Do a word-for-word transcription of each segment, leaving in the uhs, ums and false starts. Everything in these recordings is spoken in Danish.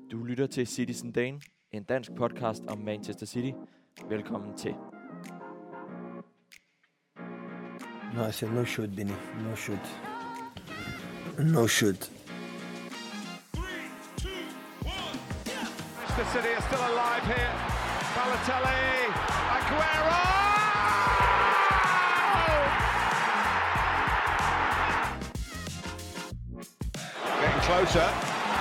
Du lytter til Citizen Dane, en dansk podcast om Manchester City. Velkommen til. No, I said no shoot, Benny. No shoot. No shoot. Manchester City are still alive here. Balotelli, Aguero! Getting closer.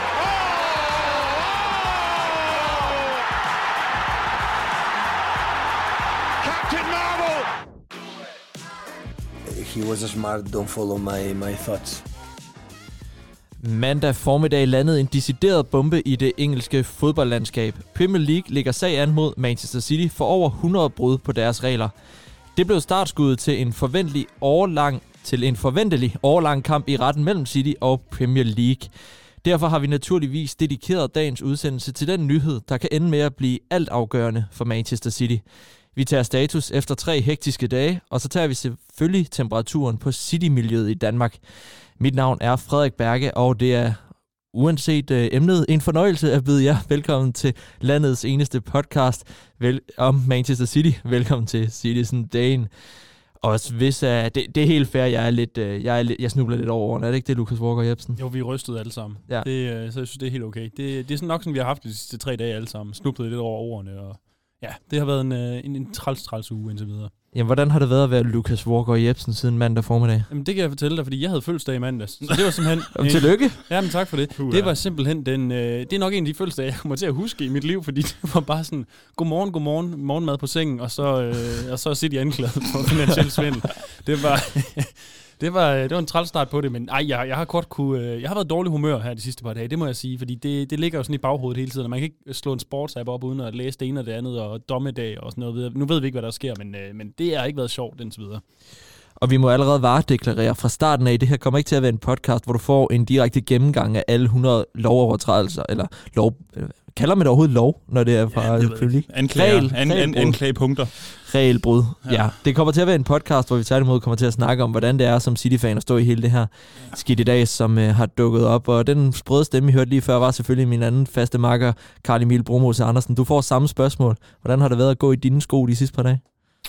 He was a smart, don't follow my, my thoughts. Mandag formiddag landede en decideret bombe i det engelske fodboldlandskab. Premier League lægger sag an mod Manchester City for over hundrede brud på deres regler. Det blev startskuddet til en forventelig årlang, til en forventelig årlang kamp i retten mellem City og Premier League. Derfor har vi naturligvis dedikeret dagens udsendelse til den nyhed, der kan ende med at blive altafgørende for Manchester City. Vi tager status efter tre hektiske dage, og så tager vi selvfølgelig temperaturen på City-miljøet i Danmark. Mit navn er Frederik Berge, og det er uanset øh, emnet en fornøjelse at byde jer velkommen til landets eneste podcast vel, om Manchester City. Velkommen til Citizen Dane. Og hvis uh, det, det er helt fair, jeg er lidt, uh, jeg, er lidt, jeg snubler lidt over ordene. Er det ikke det, Lukas Walker Jebsen? Jo, vi rystede alle sammen. Ja. Det, uh, så jeg synes, det er helt okay. Det, det er sådan nok sådan, vi har haft de sidste tre dage alle sammen. Snublet lidt over ordene. Og ja, det har været en, en, en træls, træls uge indtil videre. Jamen, hvordan har det været at være Lukas Walker Jebsen siden mandag formiddag? Jamen, det kan jeg fortælle dig, fordi jeg havde fødselsdag i mandags. Så det var simpelthen... Om tillykke. Jamen, tak for det. Uh, det var simpelthen den... Øh, det er nok en af de fødselsdage, jeg kommer til at huske i mit liv, fordi det var bare sådan, godmorgen, godmorgen, morgenmad på sengen, og så, øh, og så City anklaget for finansiel svindel. Det var... Det var, det var en træls start på det, men ej, jeg, jeg har kort kunne, jeg har været dårlig humør her de sidste par dage, det må jeg sige, fordi det, det ligger jo sådan i baghovedet hele tiden, og man kan ikke slå en sportsapp op uden at læse det ene og det andet, og dommedag og sådan noget. Nu ved vi ikke, hvad der sker, men, men det har ikke været sjovt indtil videre. Og vi må allerede varedeklarere fra starten af, det her kommer ikke til at være en podcast, hvor du får en direkte gennemgang af alle hundrede lovovertrædelser, eller lov... Kalder man det overhovedet lov, når det er fra ja, Premier League? Anklagepunkter. Regelbrud. Ja. ja, det kommer til at være en podcast, hvor vi tværtimod kommer til at snakke om, hvordan det er som City-fan at stå i hele det her skidt i dag, som øh, har dukket op. Og den sprøde stemme, I hørte lige før, var selvfølgelig min anden faste makker, Carl Emil Bromose Andersen. Du får samme spørgsmål. Hvordan har det været at gå i dine sko de sidste par dage?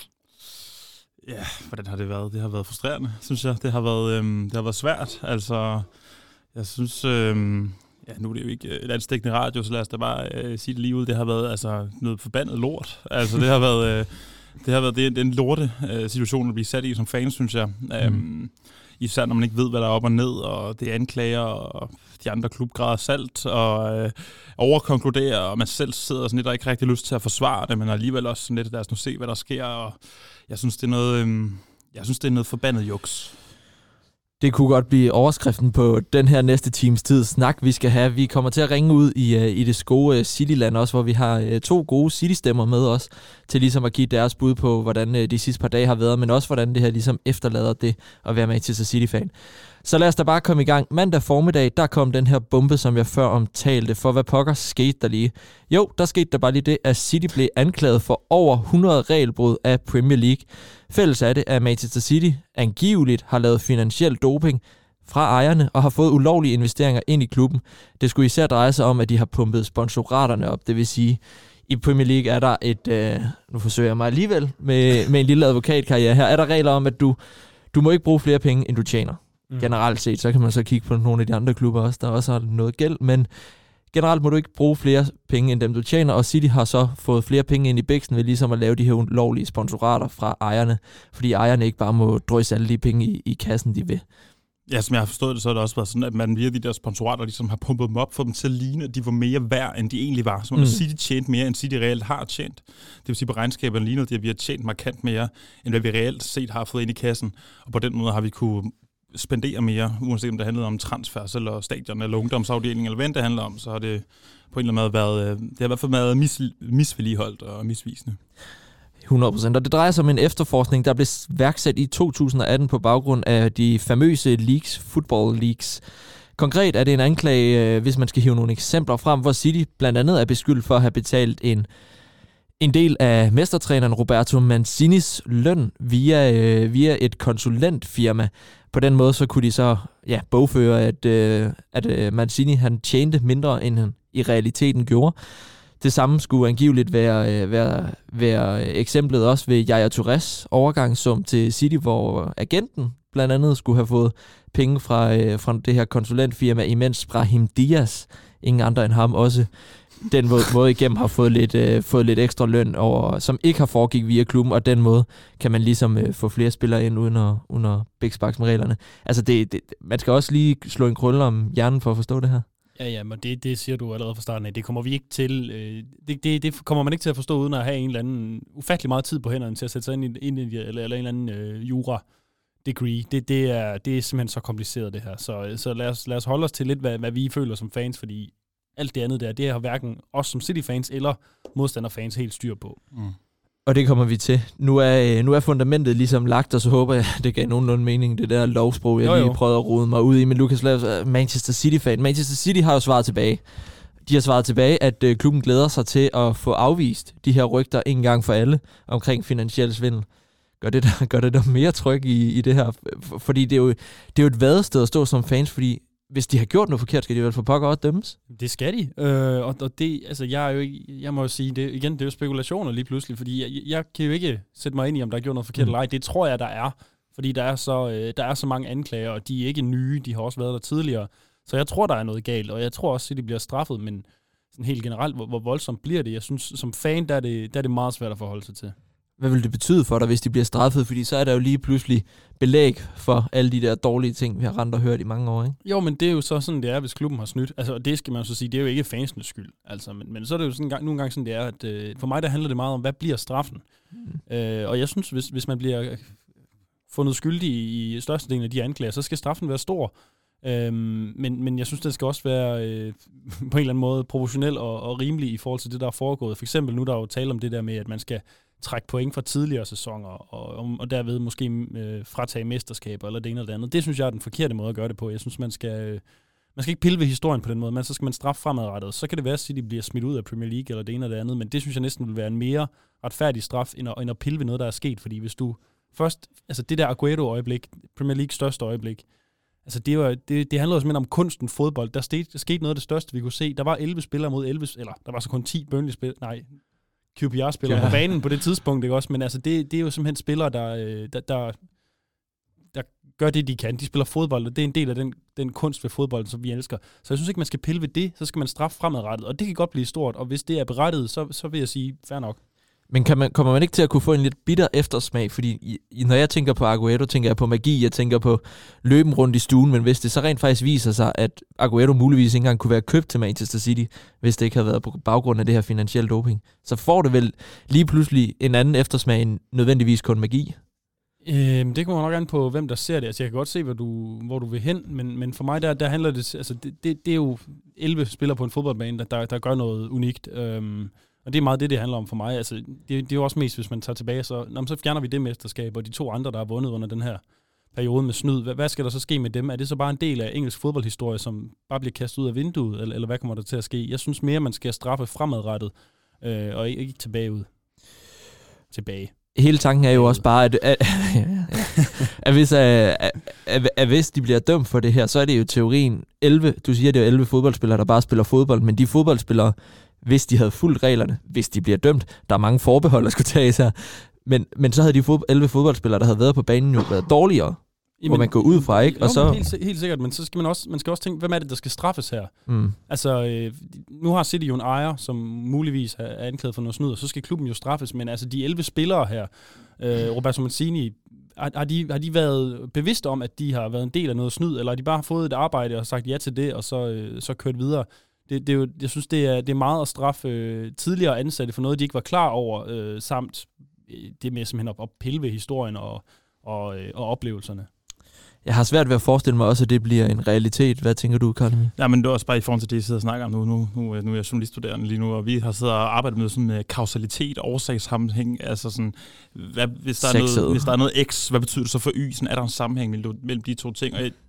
Ja, hvordan har det været? Det har været frustrerende, synes jeg. Det har været, øhm, det har været svært. Altså, jeg synes... Øhm Ja, nu er det jo ikke et landstækkende radio, så lad os da bare øh, sige det lige ud. Det har været altså noget forbandet lort. Altså, det har været, øh, det har været det, den lorte øh, situation at blive sat i som fan, synes jeg. Mm. Øhm, især når man ikke ved, hvad der er op og ned, og det er anklager, og de andre klubgrader salt, og øh, overkonkluderer, og man selv sidder sådan lidt, der ikke rigtig lyst til at forsvare det, men alligevel også sådan lidt, lad os nu se, hvad der sker, og jeg synes, det er noget, øh, jeg synes, det er noget forbandet juks. Det kunne godt blive overskriften på den her næste times tid snak, vi skal have. Vi kommer til at ringe ud i, uh, i det gode Cityland også, hvor vi har uh, to gode City-stemmer med os, til ligesom at give deres bud på, hvordan uh, de sidste par dage har været, men også hvordan det her ligesom efterlader det at være Manchester City-fan. Så lad os da bare komme i gang. Mandag formiddag, der kom den her bombe, som jeg før omtalte. For hvad pokker skete der lige? Jo, der skete der bare lige det, at City blev anklaget for over hundrede regelbrud af Premier League. Fælles er det, at Manchester City angiveligt har lavet finansiel doping fra ejerne og har fået ulovlige investeringer ind i klubben. Det skulle især dreje sig om, at de har pumpet sponsoraterne op. Det vil sige, i Premier League er der et... Øh, nu forsøger jeg mig alligevel med, med en lille advokatkarriere her. Er der regler om, at du, du må ikke bruge flere penge, end du tjener? Mm. Generelt set, så kan man så kigge på nogle af de andre klubber også, der også har noget gæld, men generelt må du ikke bruge flere penge, end dem du tjener, og City har så fået flere penge ind i bæksen ved ligesom at lave de her ulovlige sponsorater fra ejerne, fordi ejerne ikke bare må drøse alle de penge i, i kassen, de vil. Ja, som jeg har forstået det, så har det også været sådan, at man via de der sponsorater ligesom har pumpet dem op for dem til at ligne, at de var mere værd, end de egentlig var. Så man mm. City tjent mere, end City reelt har tjent. Det vil sige, på regnskaberne lignede det, at vi har tjent markant mere, end hvad vi reelt set har fået ind i kassen. Og på den måde har vi kunne spendere mere, uanset om det handlede om transfers eller stadion eller ungdomsafdeling eller hvad det handler om, så har det på en eller anden måde været, det har i hvert fald været mis, misvedligeholdt og misvisende. hundrede procent. Og det drejer sig om en efterforskning, der blev værksat i to tusind atten på baggrund af de famøse leagues, football leagues. Konkret er det en anklage, hvis man skal hive nogle eksempler frem, hvor City blandt andet er beskyldt for at have betalt en en del af mestertræneren Roberto Mancinis løn via, øh, via et konsulentfirma. På den måde så kunne de så ja, bogføre, at, øh, at øh, Mancini han tjente mindre, end han i realiteten gjorde. Det samme skulle angiveligt være, øh, være, være eksemplet også ved Yaya Tourés overgangssum til City, hvor agenten blandt andet skulle have fået penge fra, øh, fra det her konsulentfirma, imens Brahim Diaz, ingen andre end ham, også den måde, måde igennem har fået lidt, øh, fået lidt ekstra løn, over, som ikke har foregik via klubben, og den måde kan man ligesom øh, få flere spillere ind under, under Big Sparks med reglerne. Altså, det, det, man skal også lige slå en krølle om hjernen for at forstå det her. Ja, ja, men det, det siger du allerede fra starten af. Det kommer vi ikke til. Øh, det, det, det kommer man ikke til at forstå, uden at have en eller anden ufattelig meget tid på hænderne til at sætte sig ind i, ind i eller, eller en eller anden øh, jura degree. Det, det, er, det er simpelthen så kompliceret, det her. Så, så lad, os, lad os holde os til lidt, hvad, hvad vi føler som fans, fordi alt det andet der, det har hverken os som City-fans eller modstanderfans helt styr på. Mm. Og det kommer vi til. Nu er, nu er fundamentet ligesom lagt, og så håber jeg, det gav nogenlunde mening, det der lovsprog, jeg jo, jo. lige prøvede at rode mig ud i. Men Lukas Lavs, Manchester City-fan. Manchester City har jo svaret tilbage. De har svaret tilbage, at øh, klubben glæder sig til at få afvist de her rygter en gang for alle omkring finansiel svindel. Gør det der, gør det der mere tryg i, i det her? Fordi det er, jo, det er jo et vadested at stå som fans, fordi hvis de har gjort noget forkert, skal de vel for pokker også dømmes? Det skal de. Øh, og, og det, altså, jeg er jo ikke, jeg må jo sige, det, igen, det er jo spekulationer lige pludselig, fordi jeg, jeg kan jo ikke sætte mig ind i, om der er gjort noget forkert mm. eller ej. Det tror jeg, der er, fordi der er, så, øh, der er så mange anklager, og de er ikke nye, de har også været der tidligere. Så jeg tror, der er noget galt, og jeg tror også, at de bliver straffet, men sådan helt generelt, hvor, hvor voldsomt bliver det? Jeg synes, som fan, der er det, der er det meget svært at forholde sig til. Hvad vil det betyde for dig, hvis de bliver straffet? Fordi så er der jo lige pludselig belæg for alle de der dårlige ting, vi har rendt og hørt i mange år, ikke? Jo, men det er jo så sådan, det er, hvis klubben har snydt. Altså, det skal man så sige, det er jo ikke fansenes skyld. Altså, men, men så er det jo sådan gang, nogle gange sådan, det er, at øh, for mig der handler det meget om, hvad bliver straffen? Mm. Øh, og jeg synes, hvis, hvis man bliver fundet skyldig i størstedelen af de anklager, så skal straffen være stor. Øhm, men, men jeg synes, den skal også være øh, på en eller anden måde proportionel og, og rimelig i forhold til det, der er foregået. For eksempel nu der er jo tale om det der med, at man skal trække point fra tidligere sæsoner, og, og derved måske øh, fratage mesterskaber, eller det ene eller det andet. Det synes jeg er den forkerte måde at gøre det på. Jeg synes, man skal, øh, man skal ikke pille ved historien på den måde, men så skal man straffe fremadrettet. Så kan det være, at City bliver smidt ud af Premier League, eller det ene eller det andet, men det synes jeg næsten vil være en mere retfærdig straf, end at, end at pille ved noget, der er sket. Fordi hvis du først, altså det der Aguero-øjeblik, Premier Leagues største øjeblik, altså det, var, det, det handlede også mere om kunsten fodbold. Der, steg, der skete noget af det største, vi kunne se. Der var elleve spillere mod elleve, eller der var så kun ti Burnley-spillere, nej, Q P R-spillere ja. på banen på det tidspunkt, ikke også? Men altså, det, det er jo simpelthen spillere, der, der, der, der gør det, de kan. De spiller fodbold, og det er en del af den, den kunst ved fodbold, som vi elsker. Så jeg synes ikke, man skal pille ved det, så skal man straffe fremadrettet, og det kan godt blive stort, og hvis det er berettiget, så, så vil jeg sige, fair nok. Men kan man, kommer man ikke til at kunne få en lidt bitter eftersmag? Fordi i, når jeg tænker på Aguero, tænker jeg på magi, jeg tænker på løben rundt i stuen, men hvis det så rent faktisk viser sig, at Aguero muligvis ikke engang kunne være købt til Manchester City, hvis det ikke havde været på baggrund af det her finansielle doping, så får det vel lige pludselig en anden eftersmag end nødvendigvis kun magi? Øhm, det kommer nok an på, hvem der ser det. Altså, jeg kan godt se, hvor du, hvor du vil hen, men, men for mig, der, der handler det, altså, det, det, det er jo elleve spillere på en fodboldbane, der, der, der gør noget unikt. Øhm, Og det er meget det, det handler om for mig. Altså, det, det er jo også mest, hvis man tager tilbage, så, når man så fjerner vi det mesterskab, og de to andre, der har vundet under den her periode med snyd. Hvad, hvad skal der så ske med dem? Er det så bare en del af engelsk fodboldhistorie, som bare bliver kastet ud af vinduet, eller, eller hvad kommer der til at ske? Jeg synes mere, man skal straffe fremadrettet, øh, og ikke tilbage ud. Tilbage. Hele tanken er jo også bare, at, at, at, hvis, at, at, at hvis de bliver dømt for det her, så er det jo teorien elleve, du siger, det er jo elleve fodboldspillere, der bare spiller fodbold, men de fodboldspillere, hvis de havde fulgt reglerne, hvis de bliver dømt, der er mange forbehold, der skulle tages her, men, men så havde de fod, elleve fodboldspillere, der havde været på banen, jo været dårligere, Jamen, hvor man går ud fra, ikke? Jo, og så helt, helt sikkert, men så skal man også, man skal også tænke, hvem er det, der skal straffes her? Mm. Altså, øh, nu har City jo en ejer, som muligvis er anklaget for noget snyd, og så skal klubben jo straffes, men altså de elleve spillere her, øh, Roberto Mancini, har, har, de, har de været bevidste om, at de har været en del af noget snyd, eller har de bare fået et arbejde og sagt ja til det, og så, øh, så kørt videre? Det, det er jo, jeg synes, det er, det er meget at straffe øh, tidligere ansatte for noget, de ikke var klar over, øh, samt det med simpelthen at, at pille ved historien og, og, øh, og oplevelserne. Jeg har svært ved at forestille mig også, at det bliver en realitet. Hvad tænker du, Karl? Ja, men det er også bare i forhold til det, jeg sidder og snakker om nu. Nu, nu, nu er jeg journaliststuderende lige nu, og vi har siddet og arbejdet med sådan med kausalitet, årsagssammenhæng. Altså sådan, hvad, hvis, der er noget, hvis der er noget X, hvad betyder det så for Y? Sådan, er der en sammenhæng mellem, mellem de to ting? Og jeg,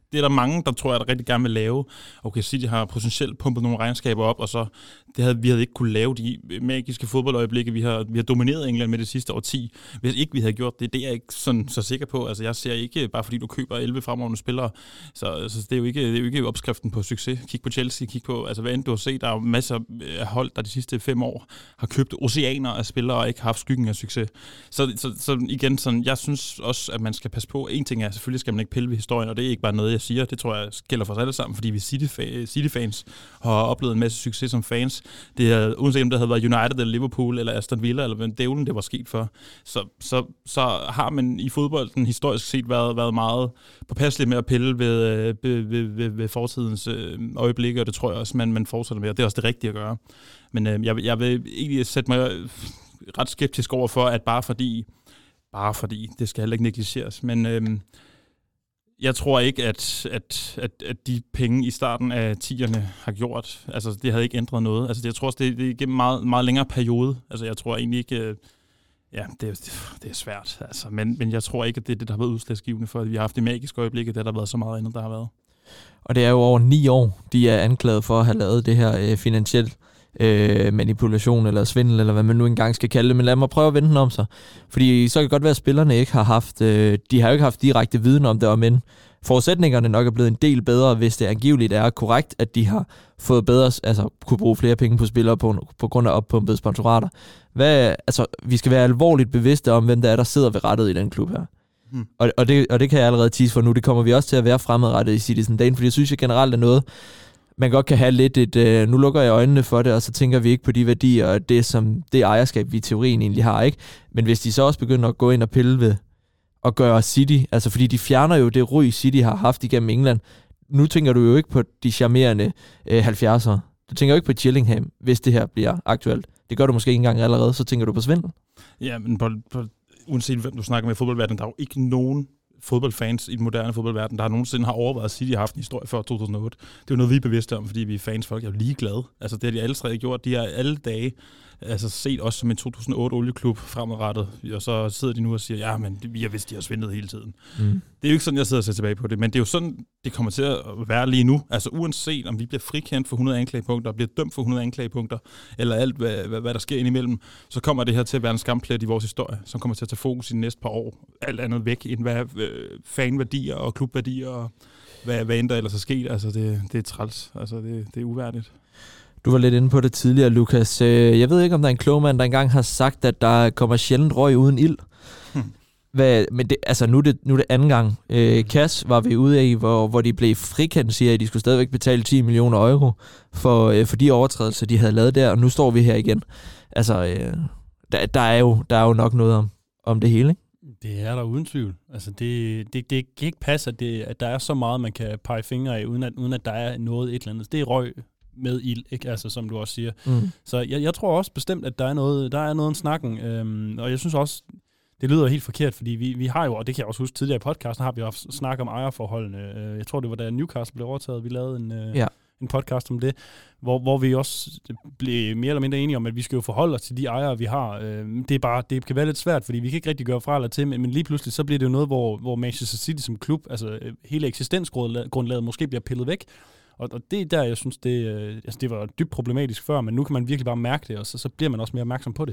det er der mange, der tror jeg, der rigtig gerne vil lave. Okay, City har potentielt pumpet nogle regnskaber op, og så det havde, vi havde ikke kunne lave de magiske fodboldøjeblikke, vi har, vi har domineret England med det sidste årti. Hvis ikke vi havde gjort det, det er jeg ikke sådan, så sikker på. Altså, jeg ser ikke, bare fordi du køber elleve fremragende spillere, så, så det, er jo ikke, det er jo ikke opskriften på succes. Kig på Chelsea, kig på, altså hvad end du har set, der er jo masser af hold, der de sidste fem år har købt oceaner af spillere og ikke har haft skyggen af succes. Så, så, så igen, sådan, jeg synes også, at man skal passe på. En ting er, selvfølgelig skal man ikke pille ved historien, og det er ikke bare noget, jeg siger. Det tror jeg gælder for os alle sammen, fordi vi City-fans har oplevet en masse succes som fans. Det er, uanset om det havde været United eller Liverpool eller Aston Villa, eller hvem dævlen det var sket for, så, så, så har man i fodbolden historisk set været, været meget påpasselig med at pille ved, ved, ved, ved, ved fortidens øjeblikke, og det tror jeg også, man, man fortsætter med, og det er også det rigtige at gøre. Men øh, jeg, jeg vil egentlig sætte mig ret skeptisk over for, at bare fordi, bare fordi, det skal heller ikke negligeres, men øh, jeg tror ikke, at, at, at, at de penge i starten af tierne har gjort, altså det havde ikke ændret noget. Altså jeg tror også, det, det er gennem en meget, meget længere periode. Altså jeg tror egentlig ikke, øh, ja, det, det, det er svært, altså, men, men jeg tror ikke, at det er det, der har været udslagsgivende for, at vi har haft det magiske øjeblik, det har der været så meget andet, der har været. Og det er jo over ni år, de er anklaget for at have lavet det her øh, finansielt øh, manipulation eller svindel, eller hvad man nu engang skal kalde det. Men lad mig prøve at vende den om sig. Fordi så kan det godt være, at spillerne ikke har haft, øh, de har jo ikke haft direkte viden om det, og men forudsætningerne nok er blevet en del bedre, hvis det angiveligt er korrekt, at de har fået bedre, altså kunne bruge flere penge på spillere på, på grund af oppumpede sponsorater. Hvad, altså, vi skal være alvorligt bevidste om, hvem der er, der sidder ved rettet i den klub her. Hmm. Og, og, det, og det kan jeg allerede tease for nu. Det kommer vi også til at være fremadrettet i Citizen Dane, fordi jeg synes, jeg generelt er noget, man godt kan have lidt et, øh, nu lukker jeg øjnene for det, og så tænker vi ikke på de værdier, og det, som, det ejerskab, vi i teorien egentlig har, ikke? Men hvis de så også begynder at gå ind og pille ved, og gøre City, altså fordi de fjerner jo det ry, City har haft igennem England. Nu tænker du jo ikke på de charmerende øh, halvfjerdser. Du tænker jo ikke på Chillingham, hvis det her bliver aktuelt. Det gør du måske ikke engang allerede, så tænker du på svindel. Ja, men på, på, uanset hvem du snakker med i fodboldverdenen, der er jo ikke nogen fodboldfans i den moderne fodboldverden, der har nogensinde har overvejet, at City har haft en historie før to tusind og otte. Det er jo noget, vi er bevidste om, fordi vi er fans. Folk er jo ligeglade. Altså det har de alle tre gjort. De har alle dage altså set os som en to tusind og otte olieklub fremadrettet, og så sidder de nu og siger, ja, men vi har vidst, de har svindlet hele tiden. Mm. Det er jo ikke sådan, jeg sidder og ser tilbage på det, men det er jo sådan, det kommer til at være lige nu. Altså uanset om vi bliver frikendt for hundrede anklagepunkter, bliver dømt for hundrede anklagepunkter, eller alt, hvad, hvad, hvad der sker indimellem, så kommer det her til at være en skamplet i vores historie, som kommer til at tage fokus i de næste par år. Alt andet væk, end hvad øh, fanværdier og klubværdier, og hvad, hvad end der ellers er sket. Altså det, det er træls. Altså det, det er uværdigt. Du var lidt inde på det tidligere, Lukas. Jeg ved ikke, om der er en klog mand, der engang har sagt, at der kommer sjældent røg uden ild. Hmm. Hvad, men det, altså, nu er det, nu er det anden gang. Øh, Kass var vi ude af, hvor, hvor de blev frikendt, siger, at de skulle stadigvæk betale ti millioner euro for, øh, for de overtrædelser, de havde lavet der, og nu står vi her igen. Altså, øh, der, der, er jo, der er jo nok noget om, om det hele, ikke? Det er der uden tvivl. Altså det, det, det kan ikke passe, at, det, at der er så meget, man kan pege fingre af, uden at, uden at der er noget et eller andet. Det er røg med ild, ikke? Altså, som du også siger. Mm. Så jeg, jeg tror også bestemt, at der er noget, der er noget om snakken. Øhm, og jeg synes også, det lyder helt forkert, fordi vi, vi har jo, og det kan jeg også huske tidligere i podcasten, har vi jo snakket om ejerforholdene. Jeg tror, det var da Newcastle blev overtaget, vi lavede en, ja. en podcast om det, hvor, hvor vi også blev mere eller mindre enige om, at vi skal jo forholde os til de ejere, vi har. Det er bare, det kan være lidt svært, fordi vi kan ikke rigtig gøre fra eller til, men, men lige pludselig så bliver det jo noget, hvor, hvor Manchester City som klub, altså hele eksistensgrundlaget måske bliver pillet væk. Og, og det er der, jeg synes, det, altså det var dybt problematisk før, men nu kan man virkelig bare mærke det, og så, så bliver man også mere opmærksom på det.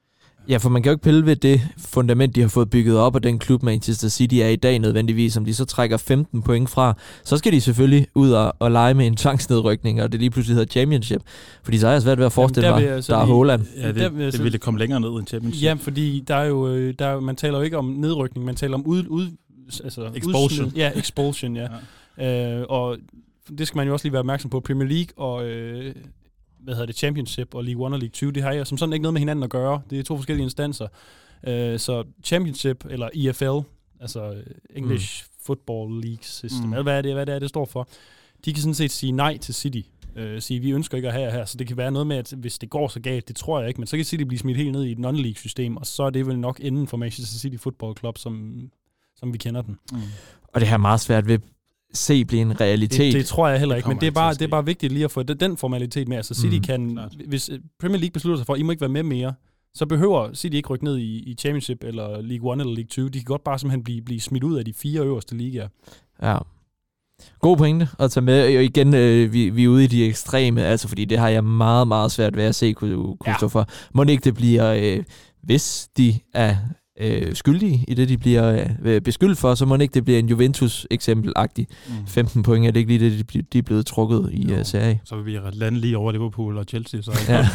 Ja, for man kan jo ikke pille ved det fundament, de har fået bygget op, og den klub Manchester City er i dag nødvendigvis. Om de så trækker femten point fra, så skal de selvfølgelig ud og, og lege med en tvangsnedrykning, og det lige pludselig hedder Championship. Fordi så er jeg svært ved at forestille mig, der, der er Haaland. Ja, det, der vil, det ville komme længere ned end Championship. Ja, fordi der er jo, der er, man taler jo ikke om nedrykning, man taler om ud... ud altså expulsion. Udsmid, ja, expulsion, ja. ja. Øh, og det skal man jo også lige være opmærksom på. Premier League og... Øh, hvad hedder det, Championship og League One og League to, det har jeg som sådan ikke noget med hinanden at gøre. Det er to forskellige instanser. Uh, så Championship, eller E F L, altså English mm. Football League System, mm. eller hvad er, det, hvad det er, det står for, de kan sådan set sige nej til City. Uh, sige, vi ønsker ikke at have jer her, så det kan være noget med, at hvis det går så galt, det tror jeg ikke, men så kan City blive smidt helt ned i et non-league-system, og så er det vel nok enden for Manchester City Football Club, som, som vi kender den. Mm. Og det her er meget svært ved se blive en realitet. Det, det tror jeg heller ikke, men det er, bare, det er bare vigtigt lige at få den formalitet med. Altså City mm, kan, klart. Hvis Premier League beslutter sig for, at I må ikke være med mere, så behøver City ikke rykke ned i, i Championship, eller League One eller League to. De kan godt bare simpelthen blive, blive smidt ud af de fire øverste ligaer. Ja. God pointe at tage med. Og igen, øh, vi, vi er ude i de ekstreme, altså fordi det har jeg meget, meget svært ved at se, kunne, kunne ja. stå for. Må ikke det bliver, øh, hvis de er øh, skyldige i det, de bliver øh, beskyldt for, så må ikke det bliver en Juventus-eksempel-agtig. Mm. femten point er det ikke lige det, de, de er blevet trukket i uh, Serie A. Så vil vi lande lige over Liverpool og Chelsea. Så ja.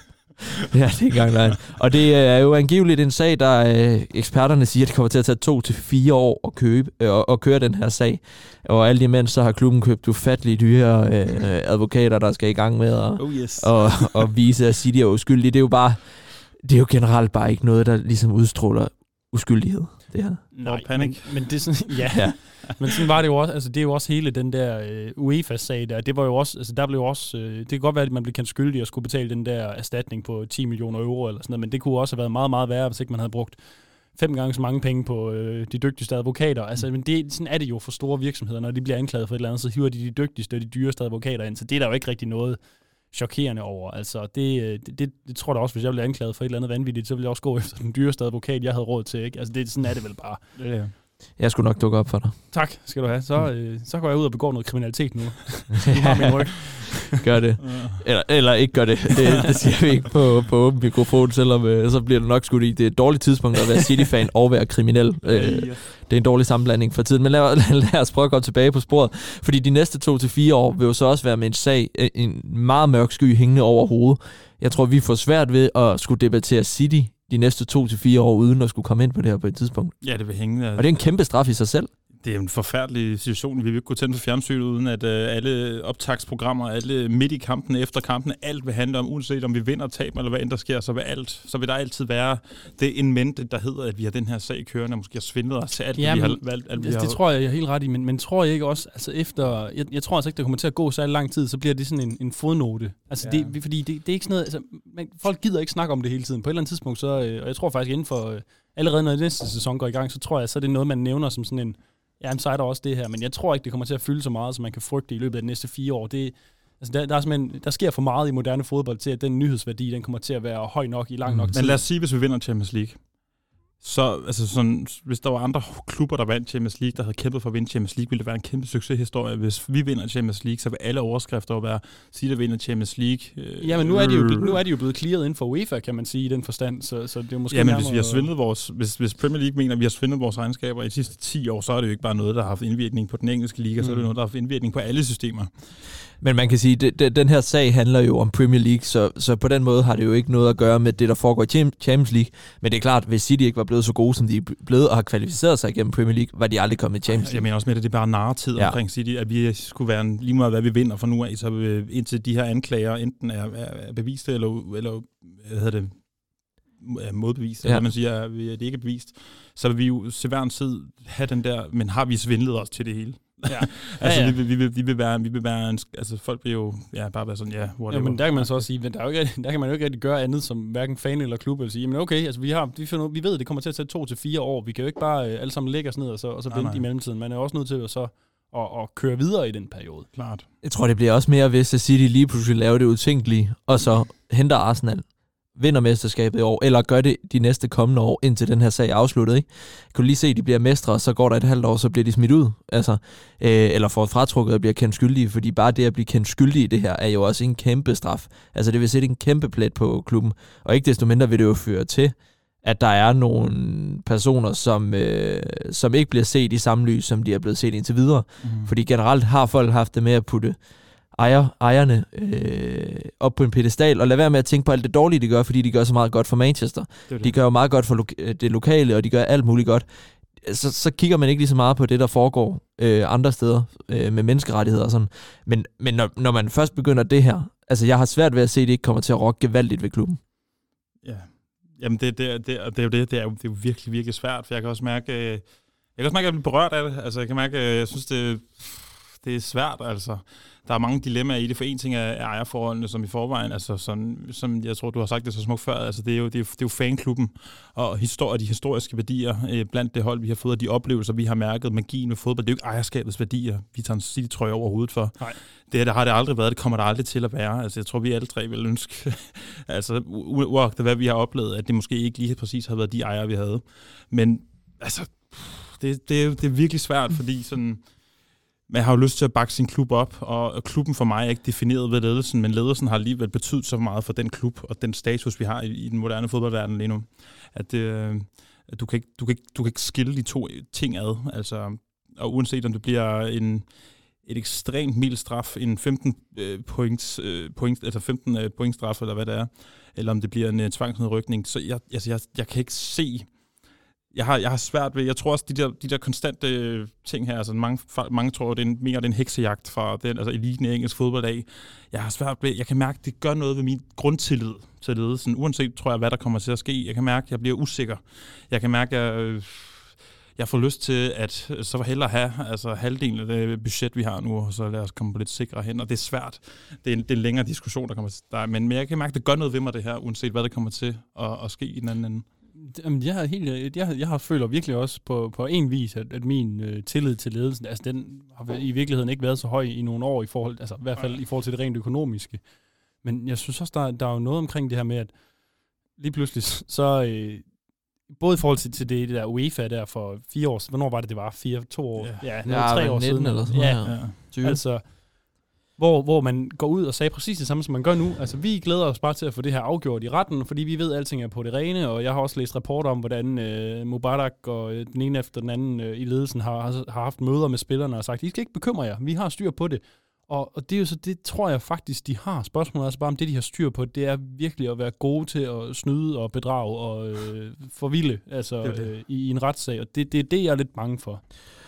Ja, det er ikke engang løgn. Og det er jo angiveligt en sag, der øh, eksperterne siger, at det kommer til at tage to til fire år at købe øh, og, og køre den her sag. Og alt imens så har klubben købt ufattelige dyre øh, advokater, der skal i gang med at oh yes. og, og vise, at City er uskyldige. Det er jo bare, det er jo generelt bare ikke noget, der ligesom udstråler uskyldighed. Det her. Nej, panik. Men, men det er sådan, ja. ja. Men sådan var det jo også, altså det er jo også hele den der øh, UEFA-sag der, det var jo også, altså der blev også, øh, det kan godt være, at man blev kendt skyldig og skulle betale den der erstatning på ti millioner euro eller sådan noget, men det kunne også have været meget, meget værre, hvis ikke man havde brugt fem gange så mange penge på øh, de dygtigste advokater. Altså, men det, sådan er det jo for store virksomheder, når de bliver anklaget for et eller andet, så hiver de de dygtigste og de dyreste advokater ind, så det er der jo ikke rigtig noget chokerende over. Altså, det, det, det, det tror jeg også, hvis jeg blev anklaget for et eller andet vanvittigt, så ville jeg også gå efter den dyreste advokat, jeg havde råd til, ikke? Altså, det, sådan er det vel bare. Ja, ja. Jeg skulle nok dukke op for dig. Tak, skal du have. Så, øh, så går jeg ud og begår noget kriminalitet nu. Du har min ryg. Gør det. Eller, eller ikke gør det. det. Det siger vi ikke på, på åben mikrofon, selvom øh, så bliver det nok skudt i. Det er et dårligt tidspunkt at være City-fan og være kriminel. Øh, det er en dårlig sammenblanding for tiden. Men lad, lad os prøve at gå tilbage på sporet. Fordi de næste to til fire år vil jo så også være med en sag, en meget mørk sky hængende over hovedet. Jeg tror, vi får svært ved at skulle debattere City de næste to til fire år, uden at skulle komme ind på det her på et tidspunkt. Ja, det vil hænge. Og det er en kæmpe straf i sig selv. Det er en forfærdelig situation. Vi vil ikke gå tænde på fjernsynet, uden at uh, alle optagsprogrammer, alle midt i kampen, efter kampen, alt vil handle om, uanset om vi vinder, taber eller hvad end der sker, så vil, alt, så vil der altid være det en mente, der hedder, at vi har den her sag kørende, og måske har svindlet os til alt, ja, vi men, har valgt. Alt, det, har... det tror jeg, jeg er helt ret i, men, men tror jeg ikke også, altså efter, jeg, jeg tror altså ikke, det kommer til at gå så lang tid, så bliver det sådan en, en fodnote. Altså ja. det, fordi det, det er ikke sådan noget, altså, man, folk gider ikke snakke om det hele tiden. På et eller andet tidspunkt, så, og jeg tror faktisk inden for, allerede når næste sæson går i gang, så tror jeg, så er det noget, man nævner som sådan en, ja, så er der også det her, men jeg tror ikke, det kommer til at fylde så meget, som man kan frygte i løbet af de næste fire år. Det, altså der, der, er simpelthen, der sker for meget i moderne fodbold til, at den nyhedsværdi, den kommer til at være høj nok i lang nok tid. Men lad os sige, hvis vi vinder Champions League, så altså sådan, hvis der var andre klubber, der vandt Champions League, der havde kæmpet for at vinde Champions League, ville det være en kæmpe succeshistorie. Hvis vi vinder Champions League, så vil alle overskrifter jo være, sige, der vinder Champions League. Øh, ja, men nu er, de jo, nu er de jo blevet clearet inden for UEFA, kan man sige, i den forstand. Så, så det er måske ja, men hvis vi har svindlet vores, hvis, hvis Premier League mener, at vi har svindlet vores regnskaber i de sidste ti år, så er det jo ikke bare noget, der har haft indvirkning på den engelske liga, mm. så er det noget, der har haft indvirkning på alle systemer. Men man kan sige, at den her sag handler jo om Premier League, så, så på den måde har det jo ikke noget at gøre med det, der foregår i Champions League. Men det er klart, hvis City ikke var blevet så gode, som de er blevet og har kvalificeret sig gennem Premier League, var de aldrig kommet i Champions League. Jeg mener også med, at det er bare narrativ ja. omkring City, at vi skulle være en, lige meget, hvad vi vinder fra nu af, så indtil de her anklager enten er, er beviste, eller, eller hvad hedder det, modbevist, ja. eller man siger, at det ikke er bevist, så vil vi jo til hver en tid have den der, men har vi svindlet os til det hele? Ja. altså, ja, ja. Vi, vi, vi, vi vil være, vi vil være en, altså folk vil jo ja, bare være sådan, ja, whatever. Ja, men der kan man så også sige, men der, er jo ikke, der kan man jo ikke rigtig gøre andet som hverken fan eller klub, at sige, men okay, altså vi har, vi, finder, vi ved, at det kommer til at tage to til fire år, vi kan jo ikke bare øh, alle sammen lægge os ned og så, og så vente i mellemtiden, man er også nødt til at så at, at køre videre i den periode. Klart. Jeg tror, det bliver også mere, hvis City lige pludselig laver det utænkelige, og så henter Arsenal, vinder mesterskabet i år, eller gør det de næste kommende år, indtil den her sag er afsluttet, ikke? Jeg kunne lige se, at de bliver mestre, og så går der et halvt år, så bliver de smidt ud, altså, øh, eller får fratrukket og bliver kendt skyldige, fordi bare det at blive kendt skyldige i det her, er jo også en kæmpe straf. Altså, det vil sætte en kæmpe plet på klubben, og ikke desto mindre vil det jo føre til, at der er nogle personer, som, øh, som ikke bliver set i samme lys, som de er blevet set indtil videre. Mm. Fordi generelt har folk haft det med at putte ejer, ejerne øh, op på en pedestal, og lad være med at tænke på alt det dårlige, de gør, fordi de gør så meget godt for Manchester. Det det. De gør jo meget godt for lo- det lokale, og de gør alt muligt godt. Så, så kigger man ikke lige så meget på det, der foregår øh, andre steder øh, med menneskerettigheder og sådan. Men, men når, når man først begynder det her, altså jeg har svært ved at se, at det ikke kommer til at rokke gevaldigt ved klubben. Ja, jamen det, det, det, det er jo det, det er jo, det er jo virkelig, virkelig svært, for jeg kan også mærke, jeg kan også mærke, at jeg bliver berørt af det. Altså jeg kan mærke, jeg synes, det, det er svært, altså. Der er mange dilemmaer i det, for en ting er ejerforholdene, som i forvejen, altså sådan, som jeg tror, du har sagt det så smukt før, altså det er jo, det er, det er jo fanklubben, og historie, de historiske værdier øh, blandt det hold, vi har fået, og de oplevelser, vi har mærket, magien med fodbold, det er jo ikke ejerskabets værdier, vi tager en City-trøje over hovedet for. Nej. Det, det har det aldrig været, det kommer der aldrig til at være. Altså jeg tror, vi alle tre vil ønske, altså uagtet hvad vi har oplevet, at det måske ikke lige præcis har været de ejere, vi havde. Men altså, det, det, er, det er virkelig svært, fordi sådan, man har jo lyst til at bakke sin klub op, og, og klubben for mig er ikke defineret ved ledelsen, men ledelsen har alligevel betydet så meget for den klub, og den status, vi har i, i den moderne fodboldverden lige nu, at, øh, at du, kan ikke, du, kan ikke, du kan ikke skille de to ting ad. Altså, og uanset om det bliver en, et ekstremt mild straf, en femten øh, points, øh, point, altså femten øh, point straf, eller hvad det er, eller om det bliver en øh, tvangsnedrykning, så jeg, altså, jeg, jeg kan ikke se... Jeg har, jeg har svært ved, jeg tror også, de der, de der konstante øh, ting her, altså mange, mange tror, det er en, mere det er en heksejagt fra den, altså eliten i engelsk fodbold af. Jeg har svært ved, jeg kan mærke, det gør noget ved min grundtillid til ledelsen, uanset, tror jeg, hvad der kommer til at ske. Jeg kan mærke, jeg bliver usikker. Jeg kan mærke, jeg, øh, jeg får lyst til, at så hellere have altså, halvdelen af det budget, vi har nu, og så lad os komme på lidt sikre hen. Og det er svært. Det er en, det er en længere diskussion, der kommer til der, men, men jeg kan mærke, det gør noget ved mig, det her, uanset hvad der kommer til at, at ske i den anden ende. Jamen, jeg har helt, jeg, jeg har føler virkelig også på, på en vis, at, at min øh, tillid til ledelsen, altså den har i virkeligheden ikke været så høj i nogle år, i forhold, altså i hvert fald i forhold til det rent økonomiske. Men jeg synes også, der, der er jo noget omkring det her med, at lige pludselig så, øh, både i forhold til, til det, det der UEFA der for fire år, hvornår var det, det var? Fire, to år? Yeah. Ja, Ja, noget, tre år nitten siden. eller sådan ja, noget. Ja. altså... Hvor, hvor man går ud og sagde præcis det samme, som man gør nu. Altså, vi glæder os bare til at få det her afgjort i retten, fordi vi ved, at alting er på det rene, og jeg har også læst rapporter om, hvordan øh, Mubarak og øh, den ene efter den anden øh, i ledelsen har, har haft møder med spillerne og sagt, I skal ikke bekymre jer, vi har styr på det. Og, og det er jo så, det tror jeg faktisk, de har. Spørgsmålet er altså bare, om det, de har styr på, det er virkelig at være gode til at snyde og bedrage og øh, forvilde altså, det det. Øh, i, i en retssag, og det, det er det, jeg er lidt bange for.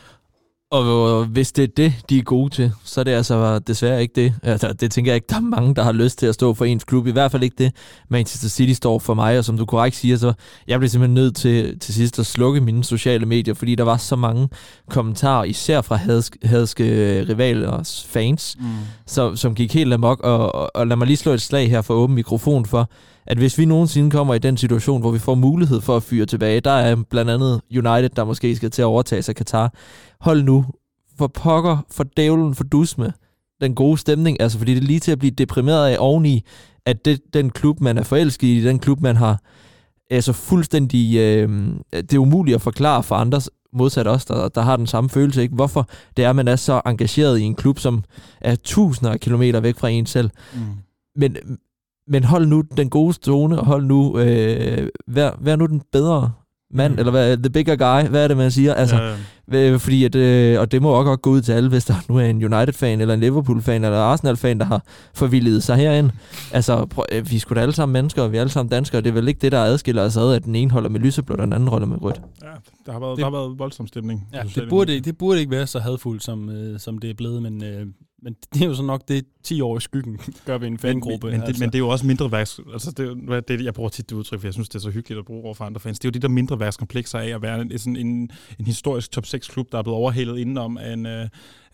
Og hvis det er det, de er gode til, så er det altså desværre ikke det. Altså, det tænker jeg ikke, der er mange, der har lyst til at stå for ens klub. I hvert fald ikke det, Manchester City står for mig. Og som du korrekt siger, så jeg blev simpelthen nødt til til sidst at slukke mine sociale medier, fordi der var så mange kommentarer, især fra hadske, hadske rivalers fans, mm. så, som gik helt amok. Og, og, og lad mig lige slå et slag her for åben mikrofon for, at hvis vi nogensinde kommer i den situation, hvor vi får mulighed for at fyre tilbage, der er blandt andet United, der måske skal til at overtage sig Katar. Hold nu for pokker, for dævlen, for dusme, den gode stemning, altså fordi det er lige til at blive deprimeret af oveni, at det, den klub, man er forelsket i, den klub, man har, altså fuldstændig, øh, det er umuligt at forklare for andre, modsat os, der, der har den samme følelse, ikke? Hvorfor det er, man er så engageret i en klub, som er tusinder af kilometer væk fra en selv. Mm. Men Men hold nu den gode zone, og hold nu, øh, vær, vær nu den bedre mand, mm. eller hvad, the bigger guy, hvad er det, man siger? Altså, ja, ja. Fordi at, øh, og det må også godt gå ud til alle, hvis der nu er en United-fan, eller en Liverpool-fan, eller Arsenal-fan, der har forvildet sig herind. Altså, prøv, vi er sgu da alle sammen mennesker, og vi er alle sammen danskere, og det er vel ikke det, der adskiller os ad, at den ene holder med lyseblåt, og den anden holder med rødt. Ja, der har været, det, der har været voldsom stemning. Ja, det burde, det burde ikke være så hadfuldt, som, øh, som det er blevet, men... Øh, Men det er jo så nok det ti år i skyggen, gør vi en fangruppe. Men, men, altså. det, men det er jo også mindre værks... Altså det, det, jeg bruger tit det udtryk, for jeg synes, det er så hyggeligt at bruge over for andre fans. Det er jo de der mindre værkskomplekser af at være en, sådan en, en historisk top seks klub, der er blevet overhældet indenom af, en, af,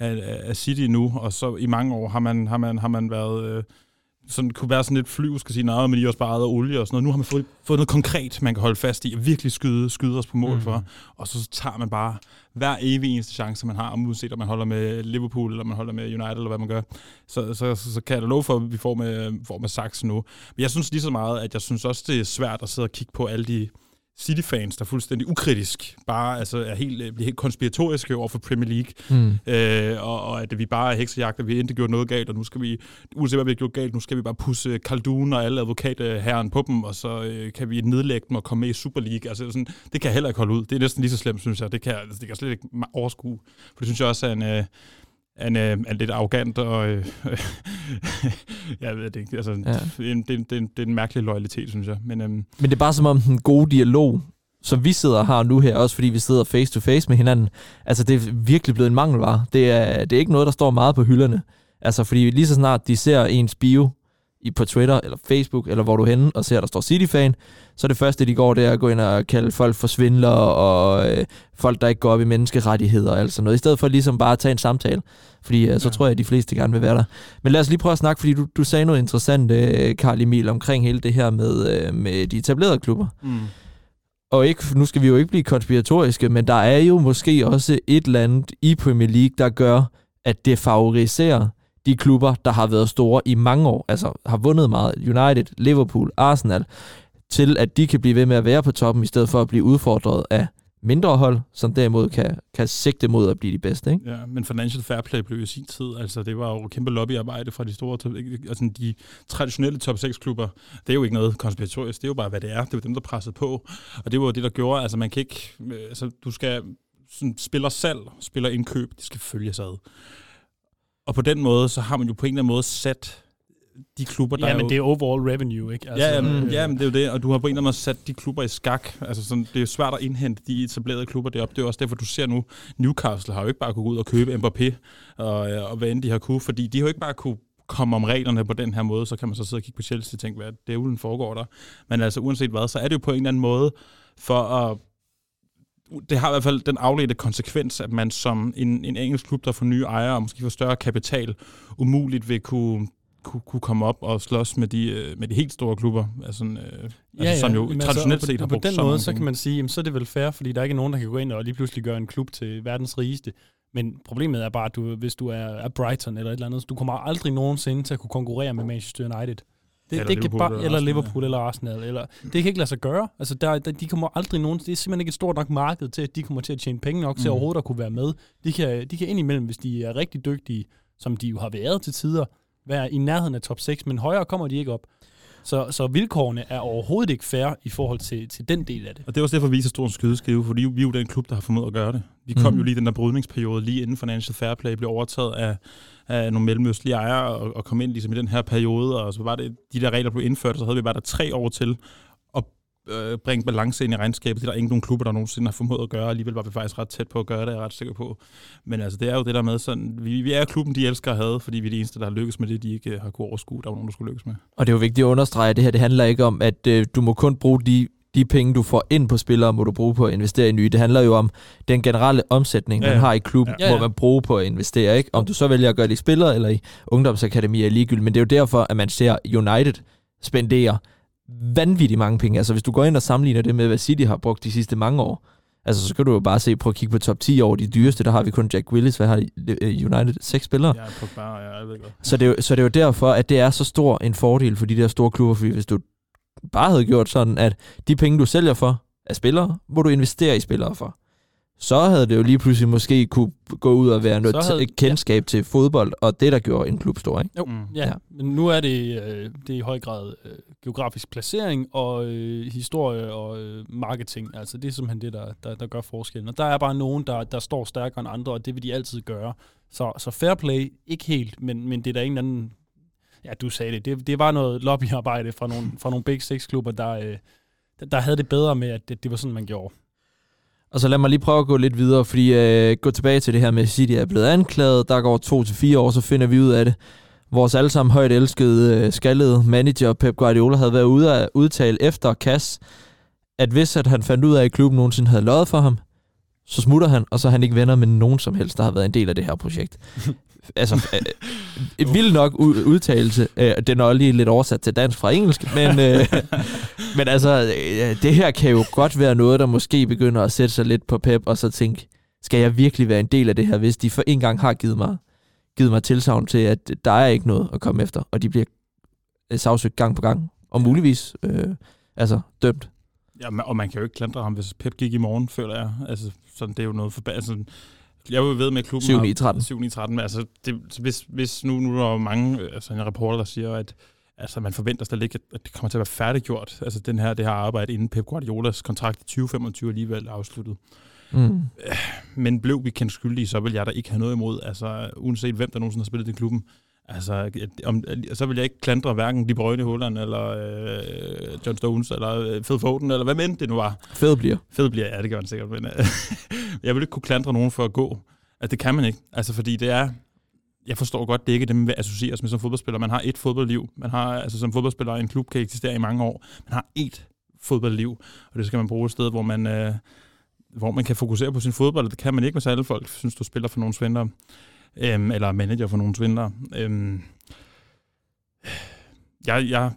af City nu, og så i mange år har man, har man, har man været... sådan kunne være sådan lidt fly, skal sige, nej, men de er også bare ejet af olie og sådan noget. Nu har man fået, fået noget konkret, man kan holde fast i, og virkelig skyde, skyde os på mål mm. for. Og så tager man bare hver evig eneste chance, man har, om uanset om man holder med Liverpool, eller man holder med United, eller hvad man gør. Så, så, så, så kan jeg da love for, at vi får med, får med Sachs nu. Men jeg synes lige så meget, at jeg synes også, det er svært at sidde og kigge på alle de City-fans, der er fuldstændig ukritisk, bare altså, er helt, bliver helt konspiratoriske over for Premier League, mm. øh, og, og at vi bare er heksejagt, og vi har ikke gjort noget galt, og nu skal vi, uanset hvad vi har gjort galt, nu skal vi bare pusse Khaldun og alle advokatherren på dem, og så øh, kan vi nedlægge dem og komme med i Super League. Altså, sådan, det kan jeg heller ikke holde ud. Det er næsten lige så slemt, synes jeg. Det kan, altså, det kan jeg slet ikke overskue. For det synes jeg også er en... Øh, En, øh, en lidt arrogant og øh, jeg ved det ikke. Altså, ja. det, det, det, det er en mærkelig loyalitet, synes jeg. Men, øh, Men det er bare som om den gode dialog, som vi sidder og har nu her, også fordi vi sidder face to face med hinanden, altså det er virkelig blevet en mangelvare. Det er, det er ikke noget, der står meget på hylderne. Altså fordi lige så snart de ser ens bio i på Twitter eller Facebook, eller hvor du er henne, og ser, der står City-fan, så det første, de går, det er at gå ind og kalde folk for svindlere, og øh, folk, der ikke går op i menneskerettigheder og alt sådan noget, i stedet for ligesom bare at tage en samtale. Fordi øh, så ja. tror jeg, at de fleste gerne vil være der. Men lad os lige prøve at snakke, fordi du, du sagde noget interessant, øh, Carl Emil, omkring hele det her med, øh, med de etablerede klubber. Mm. Og ikke, nu skal vi jo ikke blive konspiratoriske, men der er jo måske også et eller andet i Premier League, der gør, at det favoriserer de klubber, der har været store i mange år, altså har vundet meget, United, Liverpool, Arsenal, til at de kan blive ved med at være på toppen, i stedet for at blive udfordret af mindre hold, som derimod kan, kan sigte mod at blive de bedste, ikke? Ja, men Financial Fair Play blev i sin tid, altså det var jo kæmpe lobbyarbejde fra de store, altså de traditionelle top seks klubber. Det er jo ikke noget konspiratorisk, det er jo bare, hvad det er. Det var dem, der pressede på, og det var det, der gjorde, altså man kan ikke, altså du skal, sådan, spiller salg, spiller indkøb, de skal følges ad. Og på den måde, så har man jo på en eller anden måde sat de klubber, der ja, er men jo... det er overall revenue, ikke? Altså, ja, jamen, øh, ja, men det er jo det, og du har på en eller anden måde sat de klubber i skak. Altså sådan, det er jo svært at indhente de etablerede klubber deroppe. Det er også derfor, du ser nu, Newcastle har jo ikke bare kunnet gå ud og købe Mbappé, og, og hvad end de har kunne, fordi de har jo ikke bare kunne komme om reglerne på den her måde, så kan man så sidde og kigge på Chelsea og tænke, hvad dævlen foregår der. Men altså, uanset hvad, så er det jo på en eller anden måde for at... Det har i hvert fald den afledte konsekvens, at man som en, en engelsk klub, der får nye ejere og måske får større kapital, umuligt vil kunne... Kunne, kunne komme op og slås med de, med de helt store klubber, altså, øh, ja, altså, som jo jamen, traditionelt altså, set har på, brugt på den så måde, så penge. kan man sige, jamen, så er det vel fair, fordi der er ikke nogen, der kan gå ind og lige pludselig gøre en klub til verdens rigeste. Men problemet er bare, at du, hvis du er, er Brighton eller et eller andet, du kommer aldrig nogensinde til at kunne konkurrere med Manchester United. Det, Eller det kan Liverpool bare, eller eller Arsenal, Liverpool eller Arsenal. Eller, det kan ikke lade sig gøre. Altså, der, der, de kommer aldrig nogen, det er simpelthen ikke et stort nok marked til, at de kommer til at tjene penge nok til Mm. overhovedet at kunne være med. De kan, de kan indimellem, hvis de er rigtig dygtige, som de jo har været til tider, være i nærheden af top seks, men højere kommer de ikke op. Så, så vilkårene er overhovedet ikke fair i forhold til, til den del af det. Og det er også derfor, vi er så stor en skydeskive, fordi vi er jo den klub, der har formået at gøre det. Vi kom Mm. jo lige i den der brydningsperiode, lige inden Financial Fair Play blev overtaget af, af nogle mellemøstlige ejere, og, og kom ind ligesom i den her periode, og så var det, de der regler blev indført, og så havde vi bare der tre år til at øh, bringe balance ind i regnskabet. Det er der ikke nogen klubber, der nogensinde har formået at gøre, alligevel var vi faktisk ret tæt på at gøre det, jeg er ret sikker på. Men altså, det er jo det der med sådan, vi, vi er klubben, de elsker at have, fordi vi er de eneste, der har lykkes med det, de ikke har kunnet overskue, der var nogen, der skulle lykkes med. Og det er jo vigtigt at understrege, at det her det handler ikke om, at øh, du må kun bruge de, de penge, du får ind på spillere, må du bruge på at investere i nye. Det handler jo om den generelle omsætning, Ja, man ja. har i klubben, Ja, ja. må man bruge på at investere. Ikke? Om du så vælger at gøre det i spillere eller i ungdomsakademier er ligegyldigt, men det er jo derfor, at man ser United spendere vanvittigt mange penge. Altså hvis du går ind og sammenligner det med, hvad City har brugt de sidste mange år, altså så skal du jo bare se, prøv at kigge på top ti over de dyreste, der har vi kun Jack Willis, hvad har United? Seks spillere? Ja, Pogba, ja, jeg ved godt. Så det, er jo, så det er jo derfor, at det er så stor en fordel for de der store klubber, fordi hvis du bare havde gjort sådan, at de penge, du sælger for af spillere, må du investere i spillere for, så havde det jo lige pludselig måske kunne gå ud og være noget havde- t- kendskab ja. til fodbold, og det, der gjorde en klub stor, ikke? Jo, Mm. mm. ja. Ja. ja. Men nu er det, øh, det er i høj grad øh, geografisk placering og øh, historie og øh, marketing. Altså det er simpelthen det, der, der, der gør forskellen. Og der er bare nogen, der, der står stærkere end andre, og det vil de altid gøre. Så, så fair play, ikke helt, men, men det er der en eller anden... Ja, du sagde det. Det, det var noget lobbyarbejde fra nogle, fra nogle Big Six-klubber, der, øh, der, der havde det bedre med, at det, det var sådan, man gjorde. Og så lad mig lige prøve at gå lidt videre, fordi øh, gå tilbage til det her med, at City er blevet anklaget. Der går to til fire år, så finder vi ud af det. Vores allesammen højt elskede, øh, skaldede manager Pep Guardiola havde været ude at udtale efter Kass, at hvis at han fandt ud af, at klubben nogensinde havde løjet for ham, så smutter han, og så er han ikke venner med nogen som helst, der har været en del af det her projekt. Altså, øh, et vildt nok u- udtalelse. Øh, den er lige lidt oversat til dansk fra engelsk, men, øh, men altså, øh, det her kan jo godt være noget, der måske begynder at sætte sig lidt på Pep, og så tænke, skal jeg virkelig være en del af det her, hvis de for en gang har givet mig, givet mig tilsagn til, at der er ikke noget at komme efter, og de bliver sagsøgt gang på gang, og muligvis øh, altså dømt. Ja, man- og man kan jo ikke klandre ham, hvis Pep gik i morgen, føler jeg. Altså, sådan, det er jo noget for... Altså, jeg var jo ved med, at klubben syv ni tretten. syv ni tretten, men altså, det, hvis, hvis nu, nu er der jo mange altså, en reporter, der siger, at altså, man forventer slet ikke, at det kommer til at være færdiggjort. Altså, den her, det her arbejde inden Pep Guardiolas kontrakt i tyve femogtyve alligevel er afsluttet. Mm. Men blev vi kendt skyldige, så vil jeg da ikke have noget imod, altså uanset hvem der nogensinde har spillet i klubben. Altså, om, så vil jeg ikke klandre hverken De Bruyne, Holland, eller øh, John Stones, eller øh, Phil Foden, eller hvad end det nu var. Fed bliver. Fed bliver, ja, det gør han sikkert, men øh, jeg vil ikke kunne klandre nogen for at gå. Altså, det kan man ikke, altså fordi det er, jeg forstår godt, det er ikke det, man vil associeres med som fodboldspiller. Man har et fodboldliv, man har, altså som fodboldspiller, en klub kan eksistere i mange år. Man har et fodboldliv, og det skal man bruge et sted, hvor man... Øh, hvor man kan fokusere på sin fodbold. Det kan man ikke, hvis alle folk synes, du spiller for nogle svindlere. Øhm, eller manager for nogle svindlere. Øhm, jeg, jeg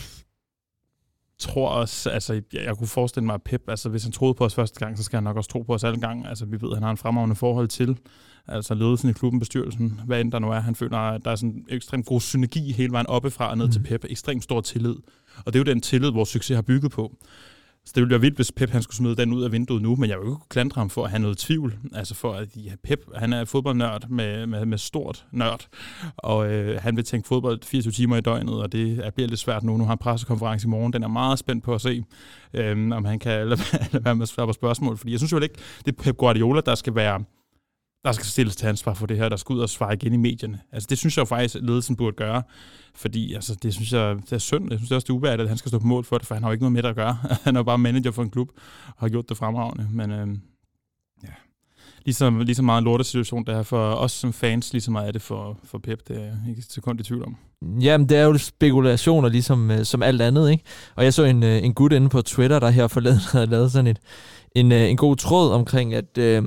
tror også, altså jeg, jeg kunne forestille mig, at Pep, altså hvis han troede på os første gang, så skal han nok også tro på os alle gang. Altså vi ved, at han har en fremragende forhold til altså ledelsen i klubben, bestyrelsen, hvad end der nu er. Han føler, at der er sådan en ekstremt god synergi hele vejen oppefra og ned mm. til Pep. Ekstremt stor tillid. Og det er jo den tillid, vores succes har bygget på. Så det ville være vildt, hvis Pep han skulle smide den ud af vinduet nu, men jeg vil jo ikke klandre ham for at have noget tvivl. Altså for, at ja, Pep, han er fodboldnørd med, med, med stort nørd, og øh, han vil tænke fodbold fireogtyve timer i døgnet, og det bliver lidt svært nu. Nu har han pressekonference i morgen, den er meget spændt på at se, øh, om han kan lade, lade være med at svare på spørgsmål, fordi jeg synes jo ikke, det er Pep Guardiola, der skal være der skal stilles til ansvar for det her, der skal ud og svare igen i medierne. Altså det synes jeg jo faktisk, at ledelsen burde gøre, fordi altså, det synes jeg, det er synd. Jeg synes det er også, det er uværdigt, at han skal stå på mål for det, for han har jo ikke noget med det at gøre. Han er jo bare manager for en klub, og har gjort det fremragende. Men øh, ja, ligesom, ligesom meget en lortesituation, det er for os som fans, ligesom meget er det for, for Pep, det er jeg ikke et sekund i tvivl om. Jamen, det er jo spekulationer, ligesom øh, som alt andet, ikke? Og jeg så en, øh, en gut inde på Twitter, der her forleden havde lavet sådan et, en, øh, en god tråd omkring, at Øh,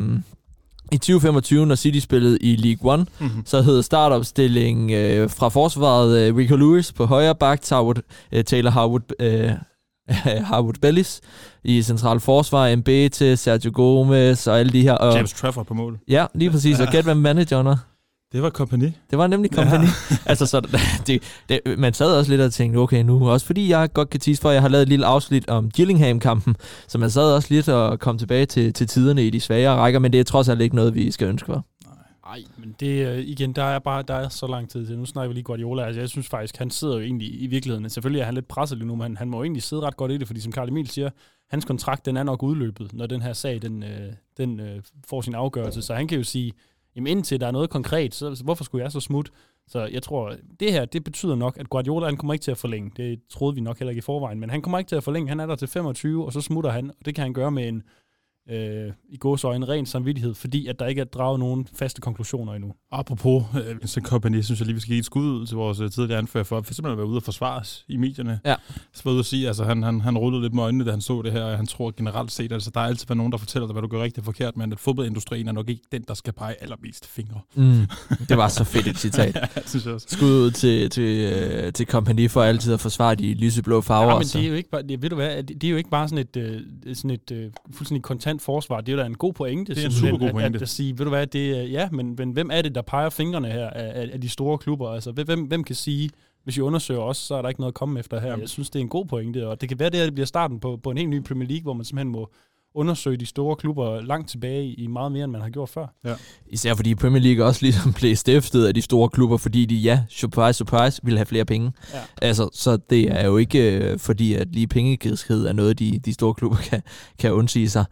i tyve femogtyve, når City spillede i League One, mm-hmm. så hed startopstillingen øh, fra forsvaret øh, Rico Lewis på højre bak, Howard, øh, Taylor Harwood, øh, Harwood Bellis i central forsvar, M B til Sergio Gomez og alle de her. Og James Trafford på mål. Ja, lige præcis. Og gæt, hvem manageren er? Det var Kompany. Det var nemlig Kompany. Ja. Altså, så det, det, man sad også lidt og tænkte, okay, nu også fordi jeg godt kan tease for, at jeg har lavet et lille afsnit om Gillingham-kampen, så man sad også lidt og kom tilbage til, til tiderne i de svagere rækker, men det er trods alt ikke noget, vi skal ønske for. Nej, men det igen, der er bare der er så lang tid til. Nu snakker vi lige Guardiola. Altså, jeg synes faktisk, han sidder jo egentlig i virkeligheden. Selvfølgelig er han lidt presset lige nu, men han må jo egentlig sidde ret godt i det, fordi som Carl Emil siger, hans kontrakt, den er nok udløbet, når den her sag, den, øh, den øh, får sin afgørelse. Så han kan jo sige, jamen indtil der er noget konkret, så hvorfor skulle jeg så smutte? Så jeg tror, det her, det betyder nok, at Guardiola, han kommer ikke til at forlænge. Det troede vi nok heller ikke i forvejen, men han kommer ikke til at forlænge. Han er der til femogtyve, og så smutter han, og det kan han gøre med en øh, i gåseøjne ren samvittighed, fordi at der ikke er draget nogen faste konklusioner endnu. Apropos øh, Vincent Kompany, synes jeg lige, vi skal give et skud ud til vores uh, tidligere anfører for, for simpelthen at være ude og forsvares i medierne. Ja. Så var ude at sige, altså han, han, han rullede lidt med øjnene, da han så det her, og han tror generelt set, altså der er altid været nogen, der fortæller dig, hvad du gør rigtig forkert, men at fodboldindustrien er nok ikke den, der skal pege allermest fingre. Mm, det var så fedt et citat. Ja, synes jeg også. Skud ud til, til, øh, til Kompany for altid at forsvare de lyseblå farver. Ja, men det er jo ikke bare, det, ved du hvad, det er jo ikke bare sådan et, øh, sådan et øh, fuldstændig kontant forsvar. Det er jo da en god pointe. Det er en super god pointe. At, at, at sige, ved du hvad, det, ja, men, men hvem er det, der peger fingrene her af, af de store klubber? Altså, hvem, hvem kan sige, hvis I undersøger os, så er der ikke noget at komme efter her. Jeg synes, det er en god pointe, og det kan være, det, at det bliver starten på, på en helt ny Premier League, hvor man simpelthen må undersøge de store klubber langt tilbage i meget mere, end man har gjort før. Ja. Især fordi Premier League også ligesom blev stiftet af de store klubber, fordi de, ja, surprise, surprise, ville have flere penge. Ja. Altså, så det er jo ikke øh, fordi, at lige pengegridskhed er noget, de, de store klubber kan, kan undsige sig.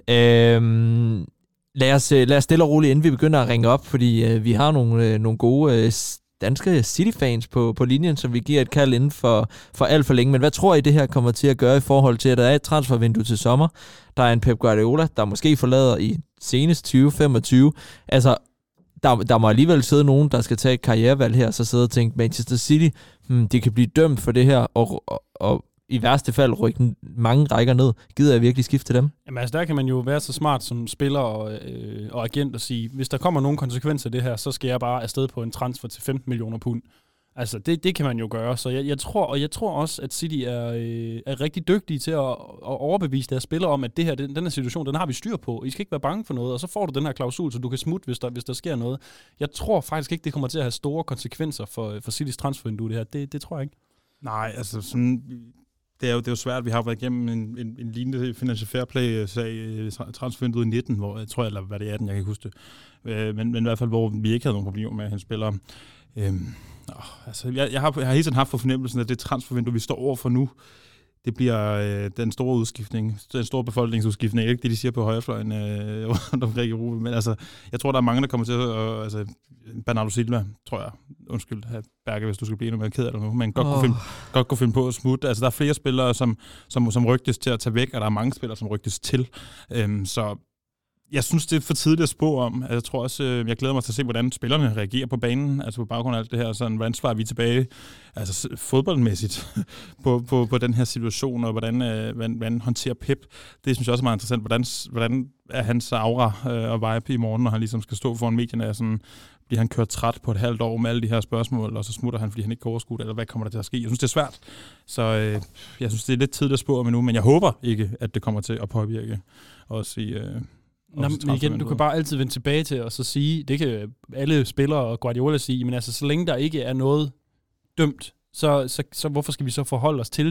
Øhm, lad, os, lad os stille og roligt, inden vi begynder at ringe op, fordi øh, vi har nogle, øh, nogle gode øh, danske City-fans på, på linjen, som vi giver et kald inden for, for alt for længe. Men hvad tror I, det her kommer til at gøre i forhold til, at der er et transfervindue til sommer? Der er en Pep Guardiola, der måske forlader i senest tyve femogtyve. Altså, der, der må alligevel sidde nogen, der skal tage et karrierevalg her, så sidde og tænke, Manchester City, hmm, de kan blive dømt for det her, og, og, og i værste fald rykke mange rækker ned. Gider jeg virkelig skifte til dem? Jamen altså, der kan man jo være så smart som spiller og, øh, og agent og sige, hvis der kommer nogle konsekvenser af det her, så skal jeg bare afsted på en transfer til femten millioner pund. Altså, det, det kan man jo gøre. Så jeg, jeg tror, og jeg tror også, at City er, øh, er rigtig dygtige til at, at overbevise deres spillere om, at det her, den, den her situation, den har vi styr på. I skal ikke være bange for noget, og så får du den her klausul, så du kan smutte, hvis der, hvis der sker noget. Jeg tror faktisk ikke, det kommer til at have store konsekvenser for, for Citys transfervindue, det her. Det, det tror jeg ikke. Nej, altså sådan... Det er, jo, det er jo svært, vi har været igennem en, en, en lignende Financial Fair Play-sag i transfervinduet i nitten, hvor jeg tror, eller hvad det er atten, jeg kan ikke huske det. Øh, men, men i hvert fald, hvor vi ikke havde nogen problemer med at hente spillere. Øhm, åh, altså, jeg, jeg, har, jeg har hele tiden haft for fornemmelsen, at det transfervindue, vi står over for nu, det bliver øh, den store udskiftning, den store befolkningsudskiftning. Ikke det, de siger på højrefløjen øh, rundt omkring i Europa, men altså, jeg tror, der er mange, der kommer til at... Øh, altså, Bernardo Silva, tror jeg. Undskyld, Berge, hvis du skal blive endnu mere ked af det nu, men godt, oh. kunne finde, godt kunne finde på at smutte. Altså, der er flere spillere, som, som, som rygtes til at tage væk, og der er mange spillere, som rygtes til. Øhm, så jeg synes, det er for tidligt at spå om. Altså, jeg tror også, jeg glæder mig til at se, hvordan spillerne reagerer på banen, altså på baggrund af alt det her. Sådan, hvordan svarer vi tilbage, altså fodboldmæssigt, på, på, på den her situation, og hvordan, øh, hvordan, hvordan håndterer Pep. Det synes jeg også er meget interessant. Hvordan, hvordan er hans aura øh, og vibe i morgen, når han ligesom skal stå foran medierne, er sådan... Bliver han kørt træt på et halvt år med alle de her spørgsmål, og så smutter han, fordi han ikke kan overskue det, eller hvad kommer der til at ske? Jeg synes, det er svært. Så øh, jeg synes, det er lidt tidligt at spå om endnu, men jeg håber ikke, at det kommer til at påvirke os i... Øh, Nå, men igen, du kan bare altid vende tilbage til og så sige, det kan alle spillere og Guardiola sige, men altså, så længe der ikke er noget dømt, så, så, så hvorfor skal vi så forholde os til det?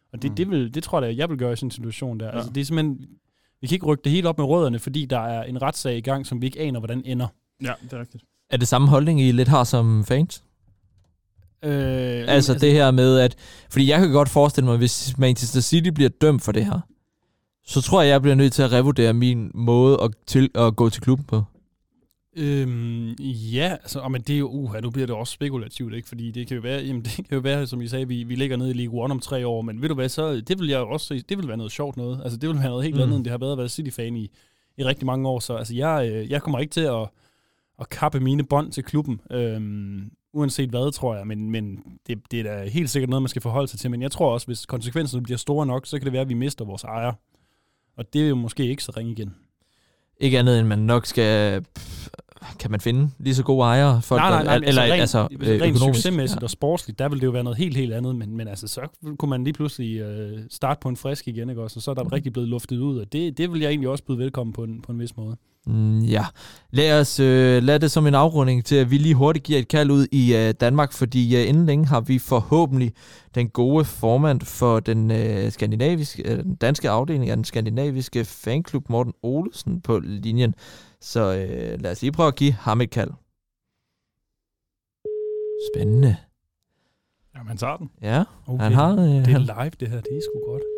Og det, Mm. det, vil, det tror jeg, jeg vil gøre i sådan en situation der. Ja. Altså, det er simpelthen, vi kan ikke rykke det helt op med rødderne, fordi der er en retssag i gang, som vi ikke aner, hvordan ender. Ja, det er rigtigt. Er det samme holdning, I lidt har som fans? Øh, Altså, altså det her med, at... Fordi jeg kan godt forestille mig, hvis Manchester City bliver dømt for det her, så tror jeg, jeg bliver nødt til at revurdere min måde at, til, at gå til klubben på. Øhm, ja, altså, men det er jo, uh, nu bliver det også spekulativt, ikke? Fordi det kan jo være, jamen, det kan jo være, som I sagde, vi, vi ligger nede i League One om tre år, men ved du hvad, så, det vil jeg jo også se, det vil være noget sjovt noget. Altså, det vil være noget helt mm. andet, end det har været at være City-fan i, i rigtig mange år, så altså, jeg, jeg kommer ikke til at, at kappe mine bånd til klubben, øhm, uanset hvad, tror jeg, men, men det, det er da helt sikkert noget, man skal forholde sig til, men jeg tror også, hvis konsekvenserne bliver store nok, så kan det være, at vi mister vores ejer, og det er jo måske ikke så ringe igen. Ikke andet end man nok skal... Kan man finde lige så gode ejere? Folk, nej, nej, nej. Der, eller, altså rent, altså, øh, rent økonomisk. succesmæssigt Ja. og sportsligt, der vil det jo være noget helt, helt andet, men, men altså, så kunne man lige pludselig øh, starte på en frisk igen, ikke også? Og så er der rigtig blevet luftet ud, og det, det vil jeg egentlig også byde velkommen på en, på en vis måde. Mm, ja. Lad os øh, lad det som en afrunding til, at vi lige hurtigt giver et kald ud i øh, Danmark, fordi øh, inden længe har vi forhåbentlig den gode formand for den, øh, skandinaviske, øh, den danske afdeling af den skandinaviske fanklub, Morten Olesen, på linjen. Så øh, lad os lige prøve at give ham et kald. Spændende. Jamen, han tager den. Ja, Okay. han har... Øh, Det er han... live, det her. Det er sgu godt.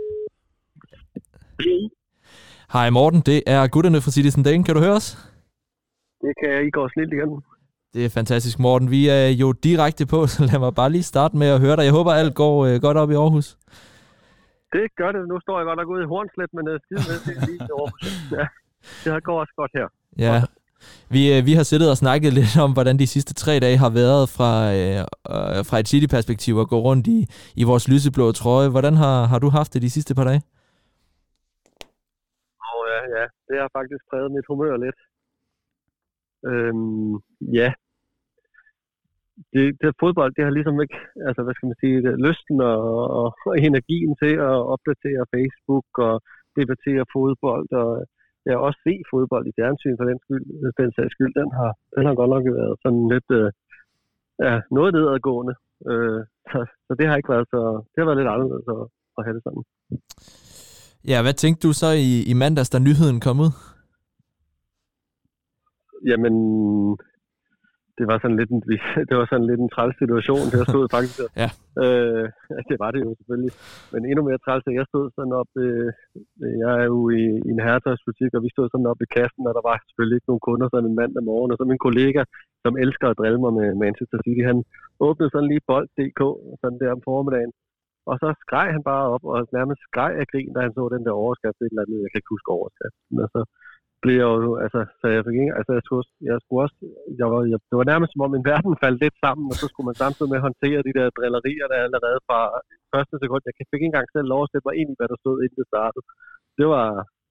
Hej Morten, det er gutterne fra Citizen Dane. Kan du høre os? Det kan jeg ikke gå snilt igen. Det er fantastisk, Morten. Vi er jo direkte på, så lad mig bare lige starte med at høre dig. Jeg håber, alt går øh, godt op i Aarhus. Det gør det. Nu står jeg godt nok ude i Hornslet, men uh, skide med det lige i Aarhus. Ja, det går også godt her. Ja, vi, øh, vi har siddet og snakket lidt om, hvordan de sidste tre dage har været fra, øh, øh, fra et City-perspektiv at gå rundt i, i vores lyseblå trøje. Hvordan har, har du haft det de sidste par dage? Og ja, ja, det har faktisk præget mit humør lidt. Øhm, ja. Det, det fodbold, det har ligesom ikke, altså hvad skal man sige, det, lysten og, og, og energien til at opdatere Facebook og debattere fodbold og ja, også se fodbold i fjernsyn for den skyld, den sags skyld, den har, den har godt nok været sådan lidt, øh, ja, noget nedadgående. Øh, så, så det har ikke været så, det har været lidt anderledes at, at have det sådan. Ja, hvad tænkte du så i, i mandags, da nyheden kom ud? Jamen, det var sådan lidt en, det var sådan lidt en træls situation. Det stod faktisk. Ja. Øh, det var det jo selvfølgelig. Men endnu mere træls, at jeg stod sådan op. Øh, jeg er jo i, i en herretøjsbutik, og vi stod sådan op i kassen, og der var selvfølgelig ikke nogen kunder sådan en mandag morgen. Og så min kollega, som elsker at drille mig med Manchester City, han åbnede sådan lige bold punktum d k sådan der om formiddagen. Og så skreg han bare op, og nærmest skreg af grin, da han så den der overskrift. Et eller andet, jeg kan ikke huske overskriften. Og så blev jeg jo, altså, så jeg fik ikke, altså, jeg skulle, jeg skulle også, jeg var, jeg, det var nærmest som om min verden faldt lidt sammen, og så skulle man samtidig med håndtere de der drillerier, der allerede fra første sekund. Jeg fik ikke engang selv lov at sætte mig ind i, hvad der stod, inden det startede. Det var,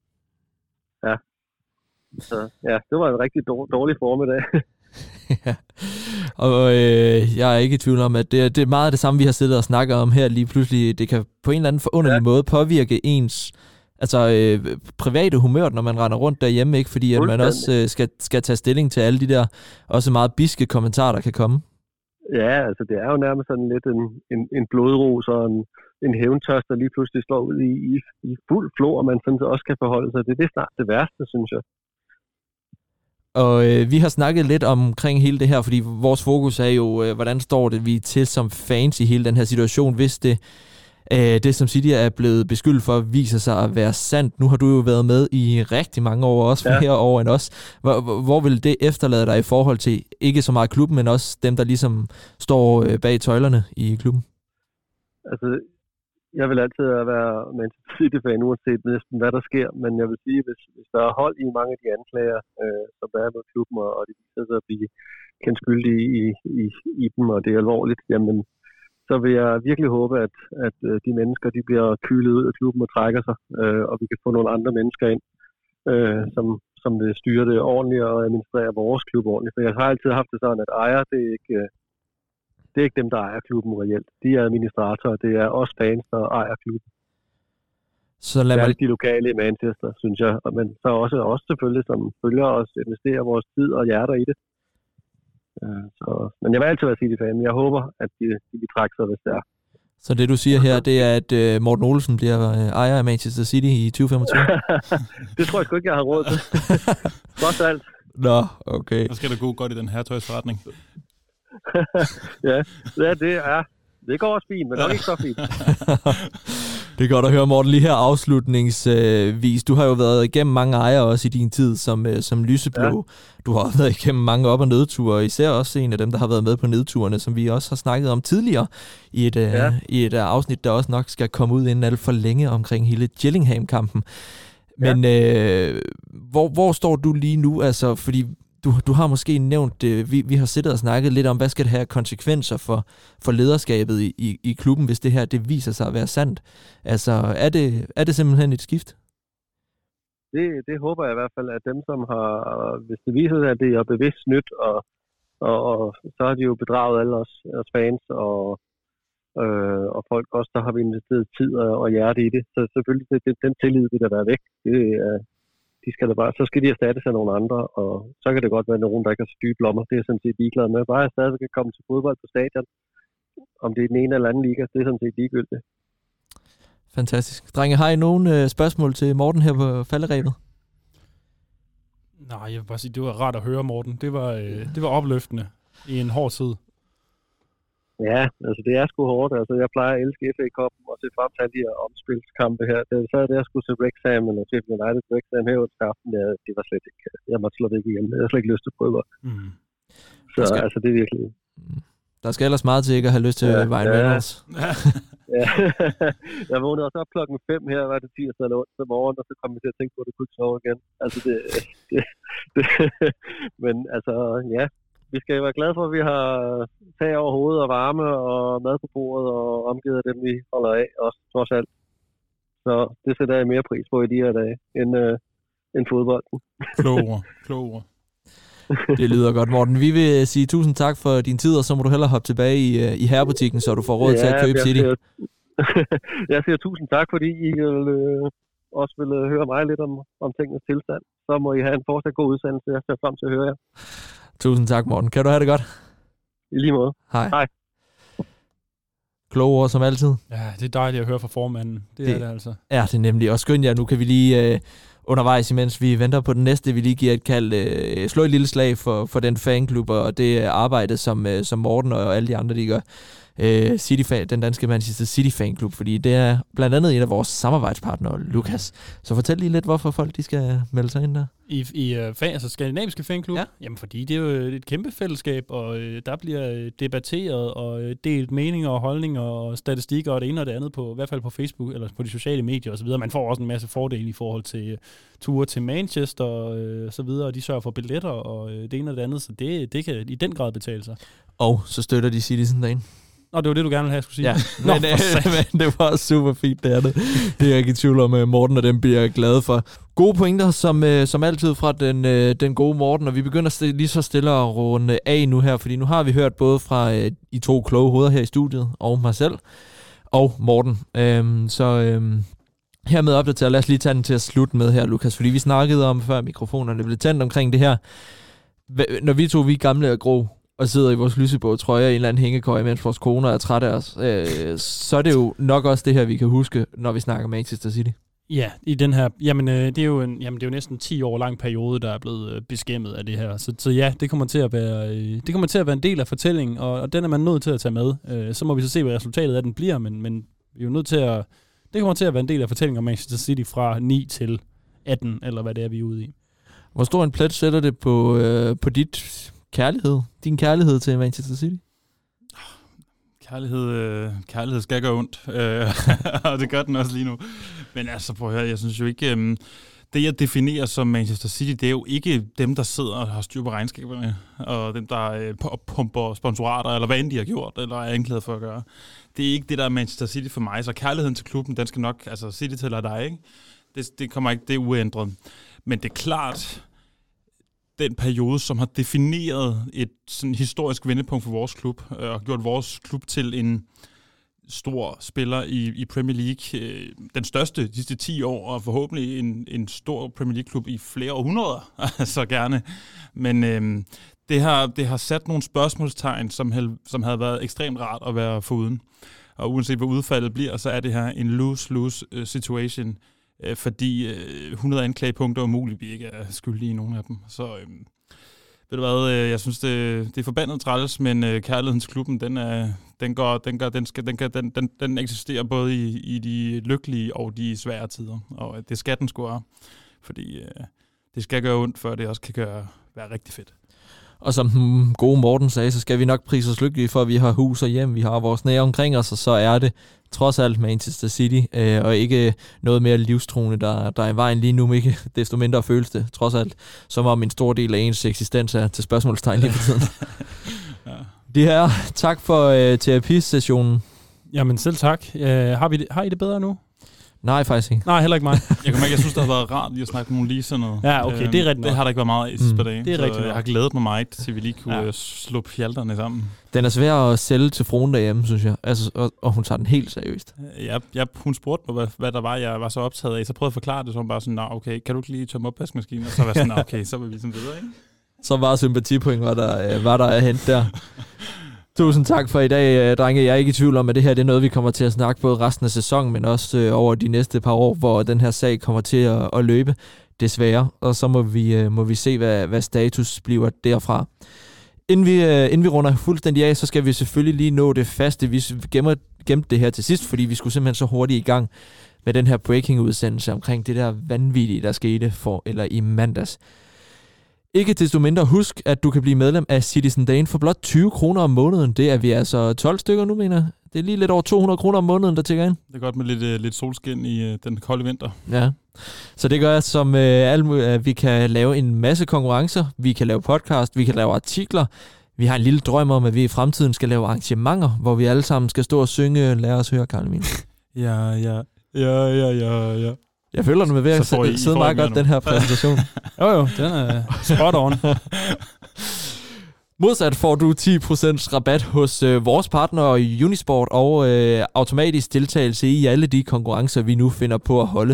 ja, så, ja, det var en rigtig dårlig formiddag. Ja. Og øh, jeg er ikke i tvivl om, at det, det er meget af det samme, vi har siddet og snakket om her lige pludselig. Det kan på en eller anden forunderlig ja. måde påvirke ens altså, øh, private humør, når man render rundt derhjemme, ikke? Fordi at man også øh, skal, skal tage stilling til alle de der også meget biske kommentarer, der kan komme. Ja, altså det er jo nærmest sådan lidt en, en, en blodros og en, en hævntørst, der lige pludselig slår ud i, i, i fuld flor, og man sådan også kan forholde sig. Det, det er snart det værste, synes jeg. Og øh, vi har snakket lidt omkring hele det her, fordi vores fokus er jo, øh, hvordan står det vi til som fans i hele den her situation, hvis det, øh, det som City er blevet beskyldt for, viser sig at være sandt. Nu har du jo været med i rigtig mange år, også flere ja. år end os. Hvor, hvor vil det efterlade dig i forhold til, ikke så meget klubben, men også dem, der ligesom står øh, bag tøjlerne i klubben? Altså, jeg vil altid være Manchester City-fan, uanset næsten hvad der sker, men jeg vil sige, hvis, hvis der er hold i mange af de anklager, øh, som der er mod klubben, og de viser sig at blive kendt skyldige i, i, i dem, og det er alvorligt, jamen, så vil jeg virkelig håbe, at, at de mennesker, de bliver kylet ud af klubben og trækker sig, øh, og vi kan få nogle andre mennesker ind, øh, som, som vil styre det ordentligt og administrere vores klub ordentligt. For jeg har altid haft det sådan, at ejer, det er ikke... Det er ikke dem, der ejer klubben reelt. De er administratorer. Det er os fans, der ejer klubben. Så lad mig... de lokale i Manchester, synes jeg. Men så også os selvfølgelig, som følger os, investerer vores tid og hjerter i det. Så, men jeg vil altid være City-fan, men jeg håber, at de, de vil trække sig, hvis det er. Så det, du siger her, det er, at uh, Morten Olsen bliver uh, ejer af Manchester City i tyve femogtyve? Det tror jeg sgu ikke, jeg har råd til. Trods alt. Nå, okay. Så skal det gå godt i den her tøjsforretning. ja, ja, det er... Det går også fint, men nok ikke så fint. Det er godt at høre, Morten, lige her afslutningsvis. Du har jo været igennem mange ejere også i din tid som, som lyseblå. Ja. Du har været igennem mange op- og nedture, især også en af dem, der har været med på nedturene, som vi også har snakket om tidligere i et, ja. uh, i et uh, afsnit, der også nok skal komme ud inden alt for længe omkring hele Gillingham-kampen. Men ja. øh, hvor, hvor står du lige nu? Altså, fordi Du, du har måske nævnt, øh, vi, vi har siddet og snakket lidt om, hvad skal det have konsekvenser for, for lederskabet i, i, i klubben, hvis det her det viser sig at være sandt. Altså, er det, er det simpelthen et skift? Det, det håber jeg i hvert fald, at dem, som har, hvis det viser sig, at det er bevidst snydt, og, og, og så har de jo bedraget alle os, os fans, og, øh, og folk også, der har vi investeret tid og, og hjerte i det. Så selvfølgelig, det, det, den tillid vil der være væk. Det er De skal bare, så skal de erstattes af nogle andre, og så kan det godt være nogen, der ikke har så dybe lommer. Det er sådan set ligeglad med. Bare jeg stadig kan komme til fodbold på stadion, om det er den ene eller anden liga, det er sådan set ligegyldigt. Fantastisk. Drenge, har I nogen øh, spørgsmål til Morten her på falderebet? Nej, jeg vil bare sige, det var rart at høre, Morten. Det var, øh, det var opløftende i en hård tid. Ja, altså det er sgu hårdt. Altså jeg plejer at elske F A-koppen og se frem til alle de her omspilskampe her. Det, så er det, jeg skulle se Wrexham og Sheffield United Wrexham her under aften. Det, det var slet ikke, jeg måtte slet ikke igen. Jeg har slet ikke lyst til at prøve. Mm. Så skal, altså det er virkelig... Der skal ellers meget til ikke at have lyst til ja, Ryan Reynolds. Ja. ja. Jeg vågnede også op klokken fem her, var det tirsdag eller onsdag morgen, og så kom jeg til at tænke på, at det kunne ikke sove igen. Altså det, det, det men altså ja, vi skal jo være glade for, at vi har tag over hovedet og varme og mad på bordet og omgivet af dem, vi holder af, også trods alt. Så det sætter jeg mere pris på i de her dage, end, øh, end fodbolden. Kloge, kloge. Det lyder godt, Morten. Vi vil sige tusind tak for din tid, og så må du hellere hoppe tilbage i, i herrebutikken, så du får råd ja, til at købe City. Siger, jeg siger tusind tak, fordi I vil, øh, også vil øh, høre mig lidt om, om tingens tilstand. Så må I have en fortsat god udsendelse. Jeg ser frem til at høre jer. Tusind tak, Morten. Kan du have det godt? I lige måde. Hej. Hej. Kloge ord som altid. Ja, det er dejligt at høre fra formanden. Det, det er det altså. Ja, det er nemlig. Og skønt jer, nu kan vi lige... Øh, undervejs, imens vi venter på den næste, vi lige giver et kald, øh, slå et lille slag for, for den fanklub og det arbejde, som, øh, som Morten og alle de andre, de gør. Øh, City, den danske Manchester City fanklub, fordi det er blandt andet en af vores samarbejdspartnere, Lukas. Så fortæl lige lidt, hvorfor folk de skal melde sig ind der. I, i uh, fan, altså skandinaviske fanklub? Ja. Jamen, fordi det er jo et kæmpe fællesskab, og øh, der bliver debatteret og øh, delt meninger og holdninger og statistikker og det ene og det andet, på, i hvert fald på Facebook eller på de sociale medier osv. Man får også en masse fordele i forhold til uh, ture til Manchester og øh, så videre, og de sørger for billetter og øh, det ene og det andet, så det, det kan i den grad betale sig. Og så støtter de Citizen dagen. Nå, det var det, du gerne ville have, jeg skulle sige. Ja, Nå, men, øh, men det var super fint, det er det. Det er jeg ikke i tvivl om, Morten, og dem bliver jeg glad for. Gode pointer, som, øh, som altid fra den, øh, den gode Morten, og vi begynder st- lige så stille at runde af nu her, fordi nu har vi hørt både fra øh, I to kloge hoveder her i studiet, og mig selv, og Morten. Øhm, så øh, hermed opdateret, lad os lige tage den til at slutte med her, Lukas, fordi vi snakkede om, før mikrofonerne blev tændt omkring det her. Når vi to, vi er gamle og grå, og sidder i vores lyseblå trøjer i en eller anden hængekøj, mens vores koner er trætte af os, øh, så er det jo nok også det her, vi kan huske, når vi snakker Manchester City. Ja, i den her, jamen, øh, det er jo en, jamen, det er jo næsten ti år lang periode, der er blevet øh, beskæmmet af det her. Så, så ja, det kommer til at være, øh, det kommer til at være en del af fortællingen, og, og den er man nødt til at tage med. Øh, så må vi så se, hvad resultatet af den bliver, men, men vi er jo nødt til at, det kommer til at være en del af fortællingen om Manchester City fra ni til atten, eller hvad det er, vi er ude i. Hvor stor en plet sætter det på, øh, på dit kærlighed, din kærlighed til Manchester City? Kærlighed, øh, kærlighed skal gøre ondt, øh, og det gør den også lige nu. Men altså, prøv at høre, jeg synes jo ikke, øh, det jeg definerer som Manchester City, det er jo ikke dem, der sidder og har styr på regnskaberne, og dem, der øh, pumper sponsorater, eller hvad end de har gjort, eller er anklaget for at gøre. Det er ikke det, der er Manchester City for mig, så kærligheden til klubben, den skal nok, altså City tæller dig, ikke? Det, det kommer ikke, det er uændret. Men det er klart, den periode, som har defineret et sådan historisk vendepunkt for vores klub, øh, og gjort vores klub til en stor spiller i, i Premier League. Øh, den største de sidste ti år, og forhåbentlig en, en stor Premier League-klub i flere århundreder, så gerne. Men øh, det, har, det har sat nogle spørgsmålstegn, som, hel, som havde været ekstremt rart at være foruden. Og uanset hvad udfaldet bliver, så er det her en lose-lose situation, øh, fordi øh, hundrede anklagepunkter er umuligt, vi ikke er skyldige i nogen af dem. Så øh, ved du hvad, øh, jeg synes, det, det er forbandet træls, men øh, kærlighedens klubben, den, er, den, går, den, gør, den, skal, den, kan, den, den, den eksisterer både i, i de lykkelige og de svære tider, og øh, det skal den sgu have, fordi øh, det skal gøre ondt, før det også kan gøre, være rigtig fedt. Og som den gode Morten sagde, så skal vi nok prise os lykkelige for, at vi har hus og hjem, vi har vores nære omkring os, og så er det trods alt Manchester City, øh, og ikke noget mere livstruende, der, der er i vejen lige nu, ikke desto mindre føles det, trods alt, som om en stor del af ens eksistens er til spørgsmålstegn lige for tiden. Ja. Det her, tak for øh, terapisessionen. Jamen selv tak. Uh, har, vi det, har I det bedre nu? Nej, faktisk ikke. Nej, heller ikke mig. Jeg kan mærke, jeg synes, det har været rart lige at snakke med nogle lige sådan noget. Ja, okay, det er rigtigt. Det har der ikke været meget i sidste par dage. Det er så rigtigt. Jeg har glædet mig meget til, vi lige kunne ja. slå pjalterne sammen. Den er svær at sælge til fruen derhjemme, synes jeg. Altså, og, og hun tager den helt seriøst. Ja, jeg, hun spurgte mig, hvad, hvad der var, jeg var så optaget af. Så prøvede jeg at forklare det, så hun bare sådan, okay, kan du ikke lige tømme opvaskemaskinen? Og så var jeg sådan, okay, så var vi sådan videre, ikke? Så meget sympatipoint var der, var der at hente der. Tusind tak for i dag, drenge. Jeg er ikke i tvivl om, at det her det er noget, vi kommer til at snakke både resten af sæsonen, men også øh, over de næste par år, hvor den her sag kommer til at, at løbe, desværre. Og så må vi, øh, må vi se, hvad, hvad status bliver derfra. Inden vi, øh, inden vi runder fuldstændig af, så skal vi selvfølgelig lige nå det faste. Vi gemmer, gemte det her til sidst, fordi vi skulle simpelthen så hurtigt i gang med den her breaking-udsendelse omkring det der vanvittige, der skete for eller i mandags. Ikke desto mindre husk, at du kan blive medlem af Citizen Dane for blot tyve kroner om måneden. Det er vi altså tolv stykker nu, mener jeg. Det er lige lidt over to hundrede kroner om måneden, der tækker ind. Det er godt med lidt, uh, lidt solskin i uh, den kolde vinter. Ja, så det gør, som uh, alt, uh, vi kan lave en masse konkurrencer. Vi kan lave podcast, vi kan lave artikler. Vi har en lille drøm om, at vi i fremtiden skal lave arrangementer, hvor vi alle sammen skal stå og synge. Lad os høre, Karl Emil. Ja, ja, ja, ja, ja, ja. Jeg føler, den med ved at sidde, sidde meget godt, den her præsentation. jo jo, den er spot on. Modsat får du ti procent rabat hos øh, vores partner Unisport og øh, automatisk deltagelse i alle de konkurrencer, vi nu finder på at holde.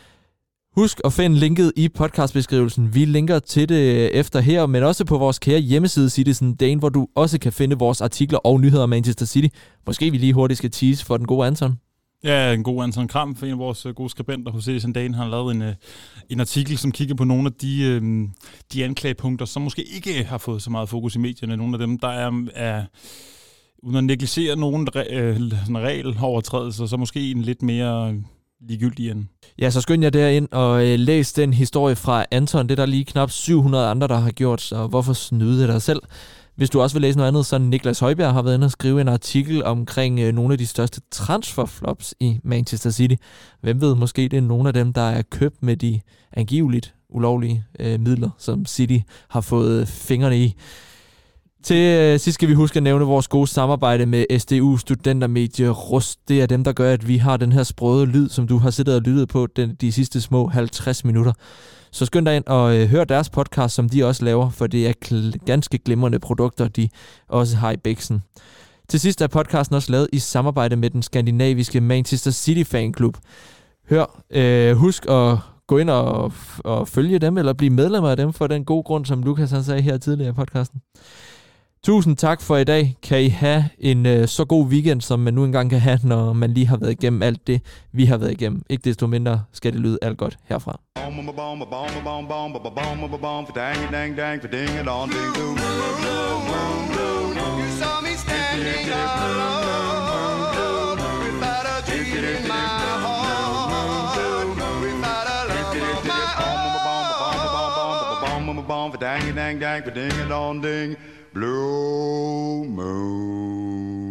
Husk at finde linket i podcastbeskrivelsen. Vi linker til det efter her, men også på vores kære hjemmeside Citizen Dane, hvor du også kan finde vores artikler og nyheder om Manchester City. Måske vi lige hurtigt skal tease for den gode Anton. Ja, en god Anton Kram, for en af vores gode skribenter hos Citizen Dane, har lavet en, en artikel, som kigger på nogle af de, de anklagepunkter, som måske ikke har fået så meget fokus i medierne. Nogle af dem, der er, er uden at negligere nogle regelovertrædelser, så måske en lidt mere ligegyldig end. Ja, så skynd jer derind og øh, læs den historie fra Anton. Det er der lige knap syv hundrede andre, der har gjort, så hvorfor snyde dig selv? Hvis du også vil læse noget andet, så Niklas Højbjerg har været inde og skrive en artikel omkring øh, nogle af de største transferflops i Manchester City. Hvem ved, måske det er nogle af dem, der er købt med de angiveligt ulovlige øh, midler, som City har fået fingrene i. Til øh, sidst skal vi huske at nævne vores gode samarbejde med S D U Studentermedie Rust. Det er dem, der gør, at vi har den her sprøde lyd, som du har siddet og lyttet på den, de sidste små halvtreds minutter. Så skynd dig ind og øh, hør deres podcast, som de også laver, for det er kl- ganske glimrende produkter, de også har i bæksen. Til sidst er podcasten også lavet i samarbejde med den skandinaviske Manchester City Fanklub. Hør, øh, husk at gå ind og, og følge dem, eller blive medlemmer af dem, for den gode grund, som Lukas han sagde her tidligere i podcasten. Tusind tak for i dag. Kan I have en øh, så god weekend, som man nu engang kan have, når man lige har været igennem alt det, vi har været igennem. Ikke desto mindre skal det lyde alt godt herfra. Blue moon.